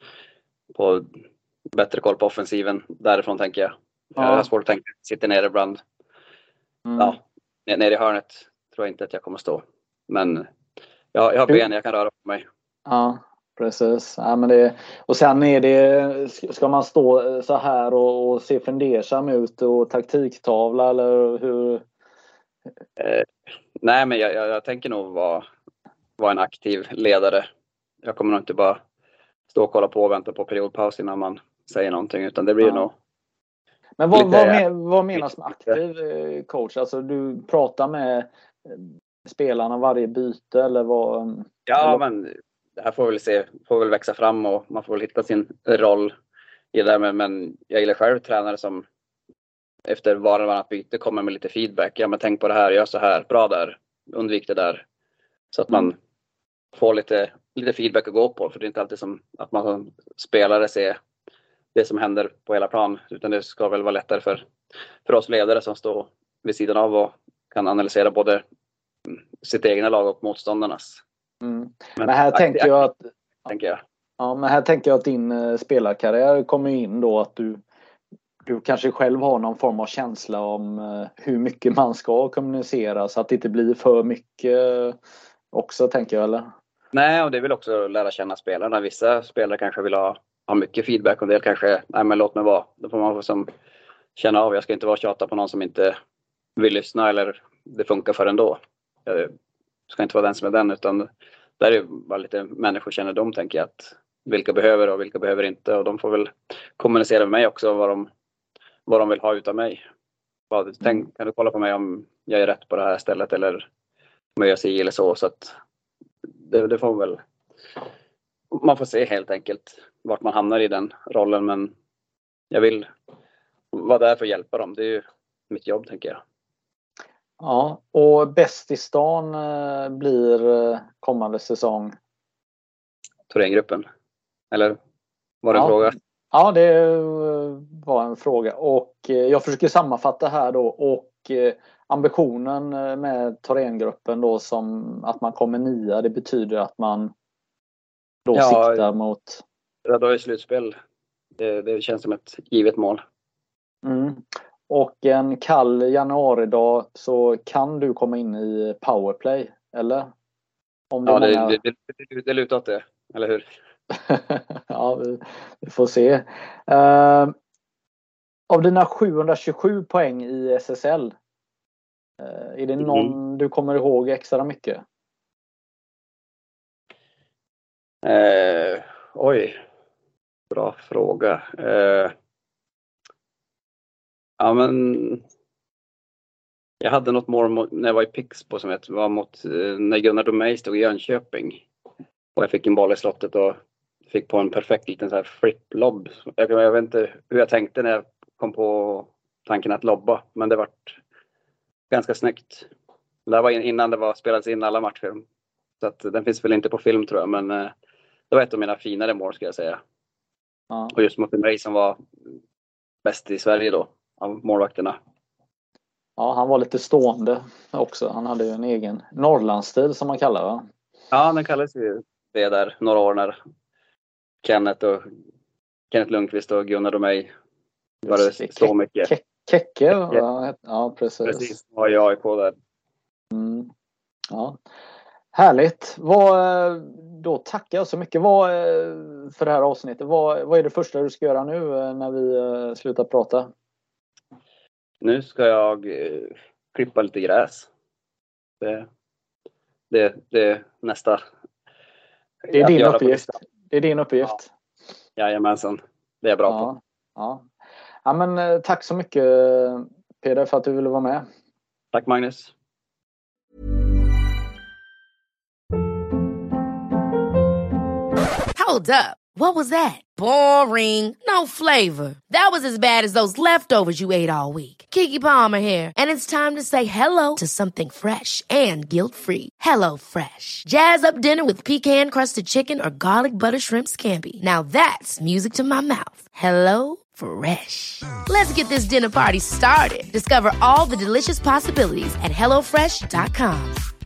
S3: på bättre koll på offensiven. Därifrån tänker jag. Ja. Jag har svårt att tänka, sitter nere ibland. Mm. Ja, nere i hörnet tror jag inte att jag kommer stå. Men jag, jag har ben, jag kan röra på mig.
S4: Ja, precis. Ja, men det, och sen är det, ska man stå så här och, och se fundersam ut och taktiktavla eller hur?
S3: Eh, nej, men jag, jag, jag tänker nog vara, vara en aktiv ledare. Jag kommer nog inte bara stå och kolla på och vänta på periodpaus innan man säger någonting, utan det blir ja. nog.
S4: Men vad, lite, vad, men, vad menas med aktiv coach? Alltså du pratar med spelarna varje byte eller vad?
S3: Ja,
S4: eller?
S3: Men det här får väl se, får väl växa fram och man får väl hitta sin roll i det där. Men, men jag gillar själv tränare som efter var och varannat byte kommer med lite feedback. Ja, men tänk på det här, gör så här, bra där, undvik det där. Så att man mm. får lite lite feedback att gå på. För det är inte alltid som att man som spelare ser det som händer på hela plan. Utan det ska väl vara lättare för, för oss ledare som står vid sidan av och kan analysera både sitt egna lag och motståndarnas.
S4: Mm. Men, men här tänker jag att
S3: tänker jag.
S4: Ja, men här tänker jag att din uh, spelarkarriär kommer in då att du du kanske själv har någon form av känsla om uh, hur mycket man ska kommunicera så att det inte blir för mycket uh, också, tänker jag, eller?
S3: Nej, och det vill också lära känna spelarna. Vissa spelare kanske vill ha, ha mycket feedback och det kanske, nej men låt mig vara. Då får man som känna av, jag ska inte vara tjata på någon som inte vill lyssna eller det funkar för ändå. Jag ska inte vara den som är den, utan där är det bara lite människokännedom, tänker jag, att vilka behöver och vilka behöver inte, och de får väl kommunicera med mig också vad de, vad de vill ha utav mig. Vad, tänk, kan du kolla på mig om jag är rätt på det här stället eller om jag gör sig eller så, så att det, det får väl, man får se helt enkelt vart man hamnar i den rollen, men jag vill vara där för att hjälpa dem. Det är ju mitt jobb, tänker jag.
S4: Ja, och bäst i stan blir kommande säsong?
S3: Thorengruppen. Eller var det en
S4: ja.
S3: fråga?
S4: Ja, det var en fråga. Och jag försöker sammanfatta här då. Och ambitionen med Thorengruppen då, som att man kommer nia, det betyder att man då ja, siktar mot...
S3: Ja, då är slutspel. Det, det känns som ett givet mål.
S4: Mm. Och en kall januaridag så kan du komma in i powerplay, eller? Om det
S3: ja,
S4: många...
S3: det, det, det, det lutar åt det, eller hur?
S4: Ja, vi, vi får se. Uh, av dina sjuhundratjugosju poäng i S S L, uh, är det någon mm. du kommer ihåg extra mycket?
S3: Uh, oj, bra fråga. Uh, ja, men jag hade något mål när jag var i Pixbo som jag var mot uh, när Gunnar Domey stod i Jönköping. Och jag fick en boll i slottet och fick på en perfekt liten så här flip-lobb. Jag, jag vet inte hur jag tänkte när jag kom på tanken att lobba. Men det var ganska snyggt. Det här var innan det var spelats in alla matcher. Så att den finns väl inte på film, tror jag. Men eh, det var ett av mina finare mål, ska jag säga. Ja. Och just mot mig som var bäst i Sverige då, av målvakterna.
S4: Ja, han var lite stående också. Han hade ju en egen Norrlandsstil som man kallar, va?
S3: Ja, den kallades ju det där några år när Kenneth och Kenneth Lundqvist och Gunnar och mig var det så mycket.
S4: Ke- Kecke, ja. Ja, precis.
S3: Precis, var jag i på där.
S4: Mm. Ja. Härligt. Vad, då tackar jag så mycket vad, för det här avsnittet. Vad, vad är det första du ska göra nu när vi slutar prata?
S3: Nu ska jag eh, klippa lite gräs. Det, det, det är nästa.
S4: Det är din uppgift. Det är din uppgift.
S3: Ja. Jajamensan. Det är jag bra
S4: ja.
S3: på.
S4: Ja. Ja, men tack så mycket, Peder, för att du ville vara med.
S3: Tack, Magnus.
S5: Hold up. What was that? Boring. No flavor. That was as bad as those leftovers you ate all week. Keke Palmer here, and it's time to say hello to something fresh and guilt-free. Hello Fresh. Jazz up dinner with pecan-crusted chicken or garlic butter shrimp scampi. Now that's music to my mouth. Hello Fresh. Let's get this dinner party started. Discover all the delicious possibilities at hello fresh dot com.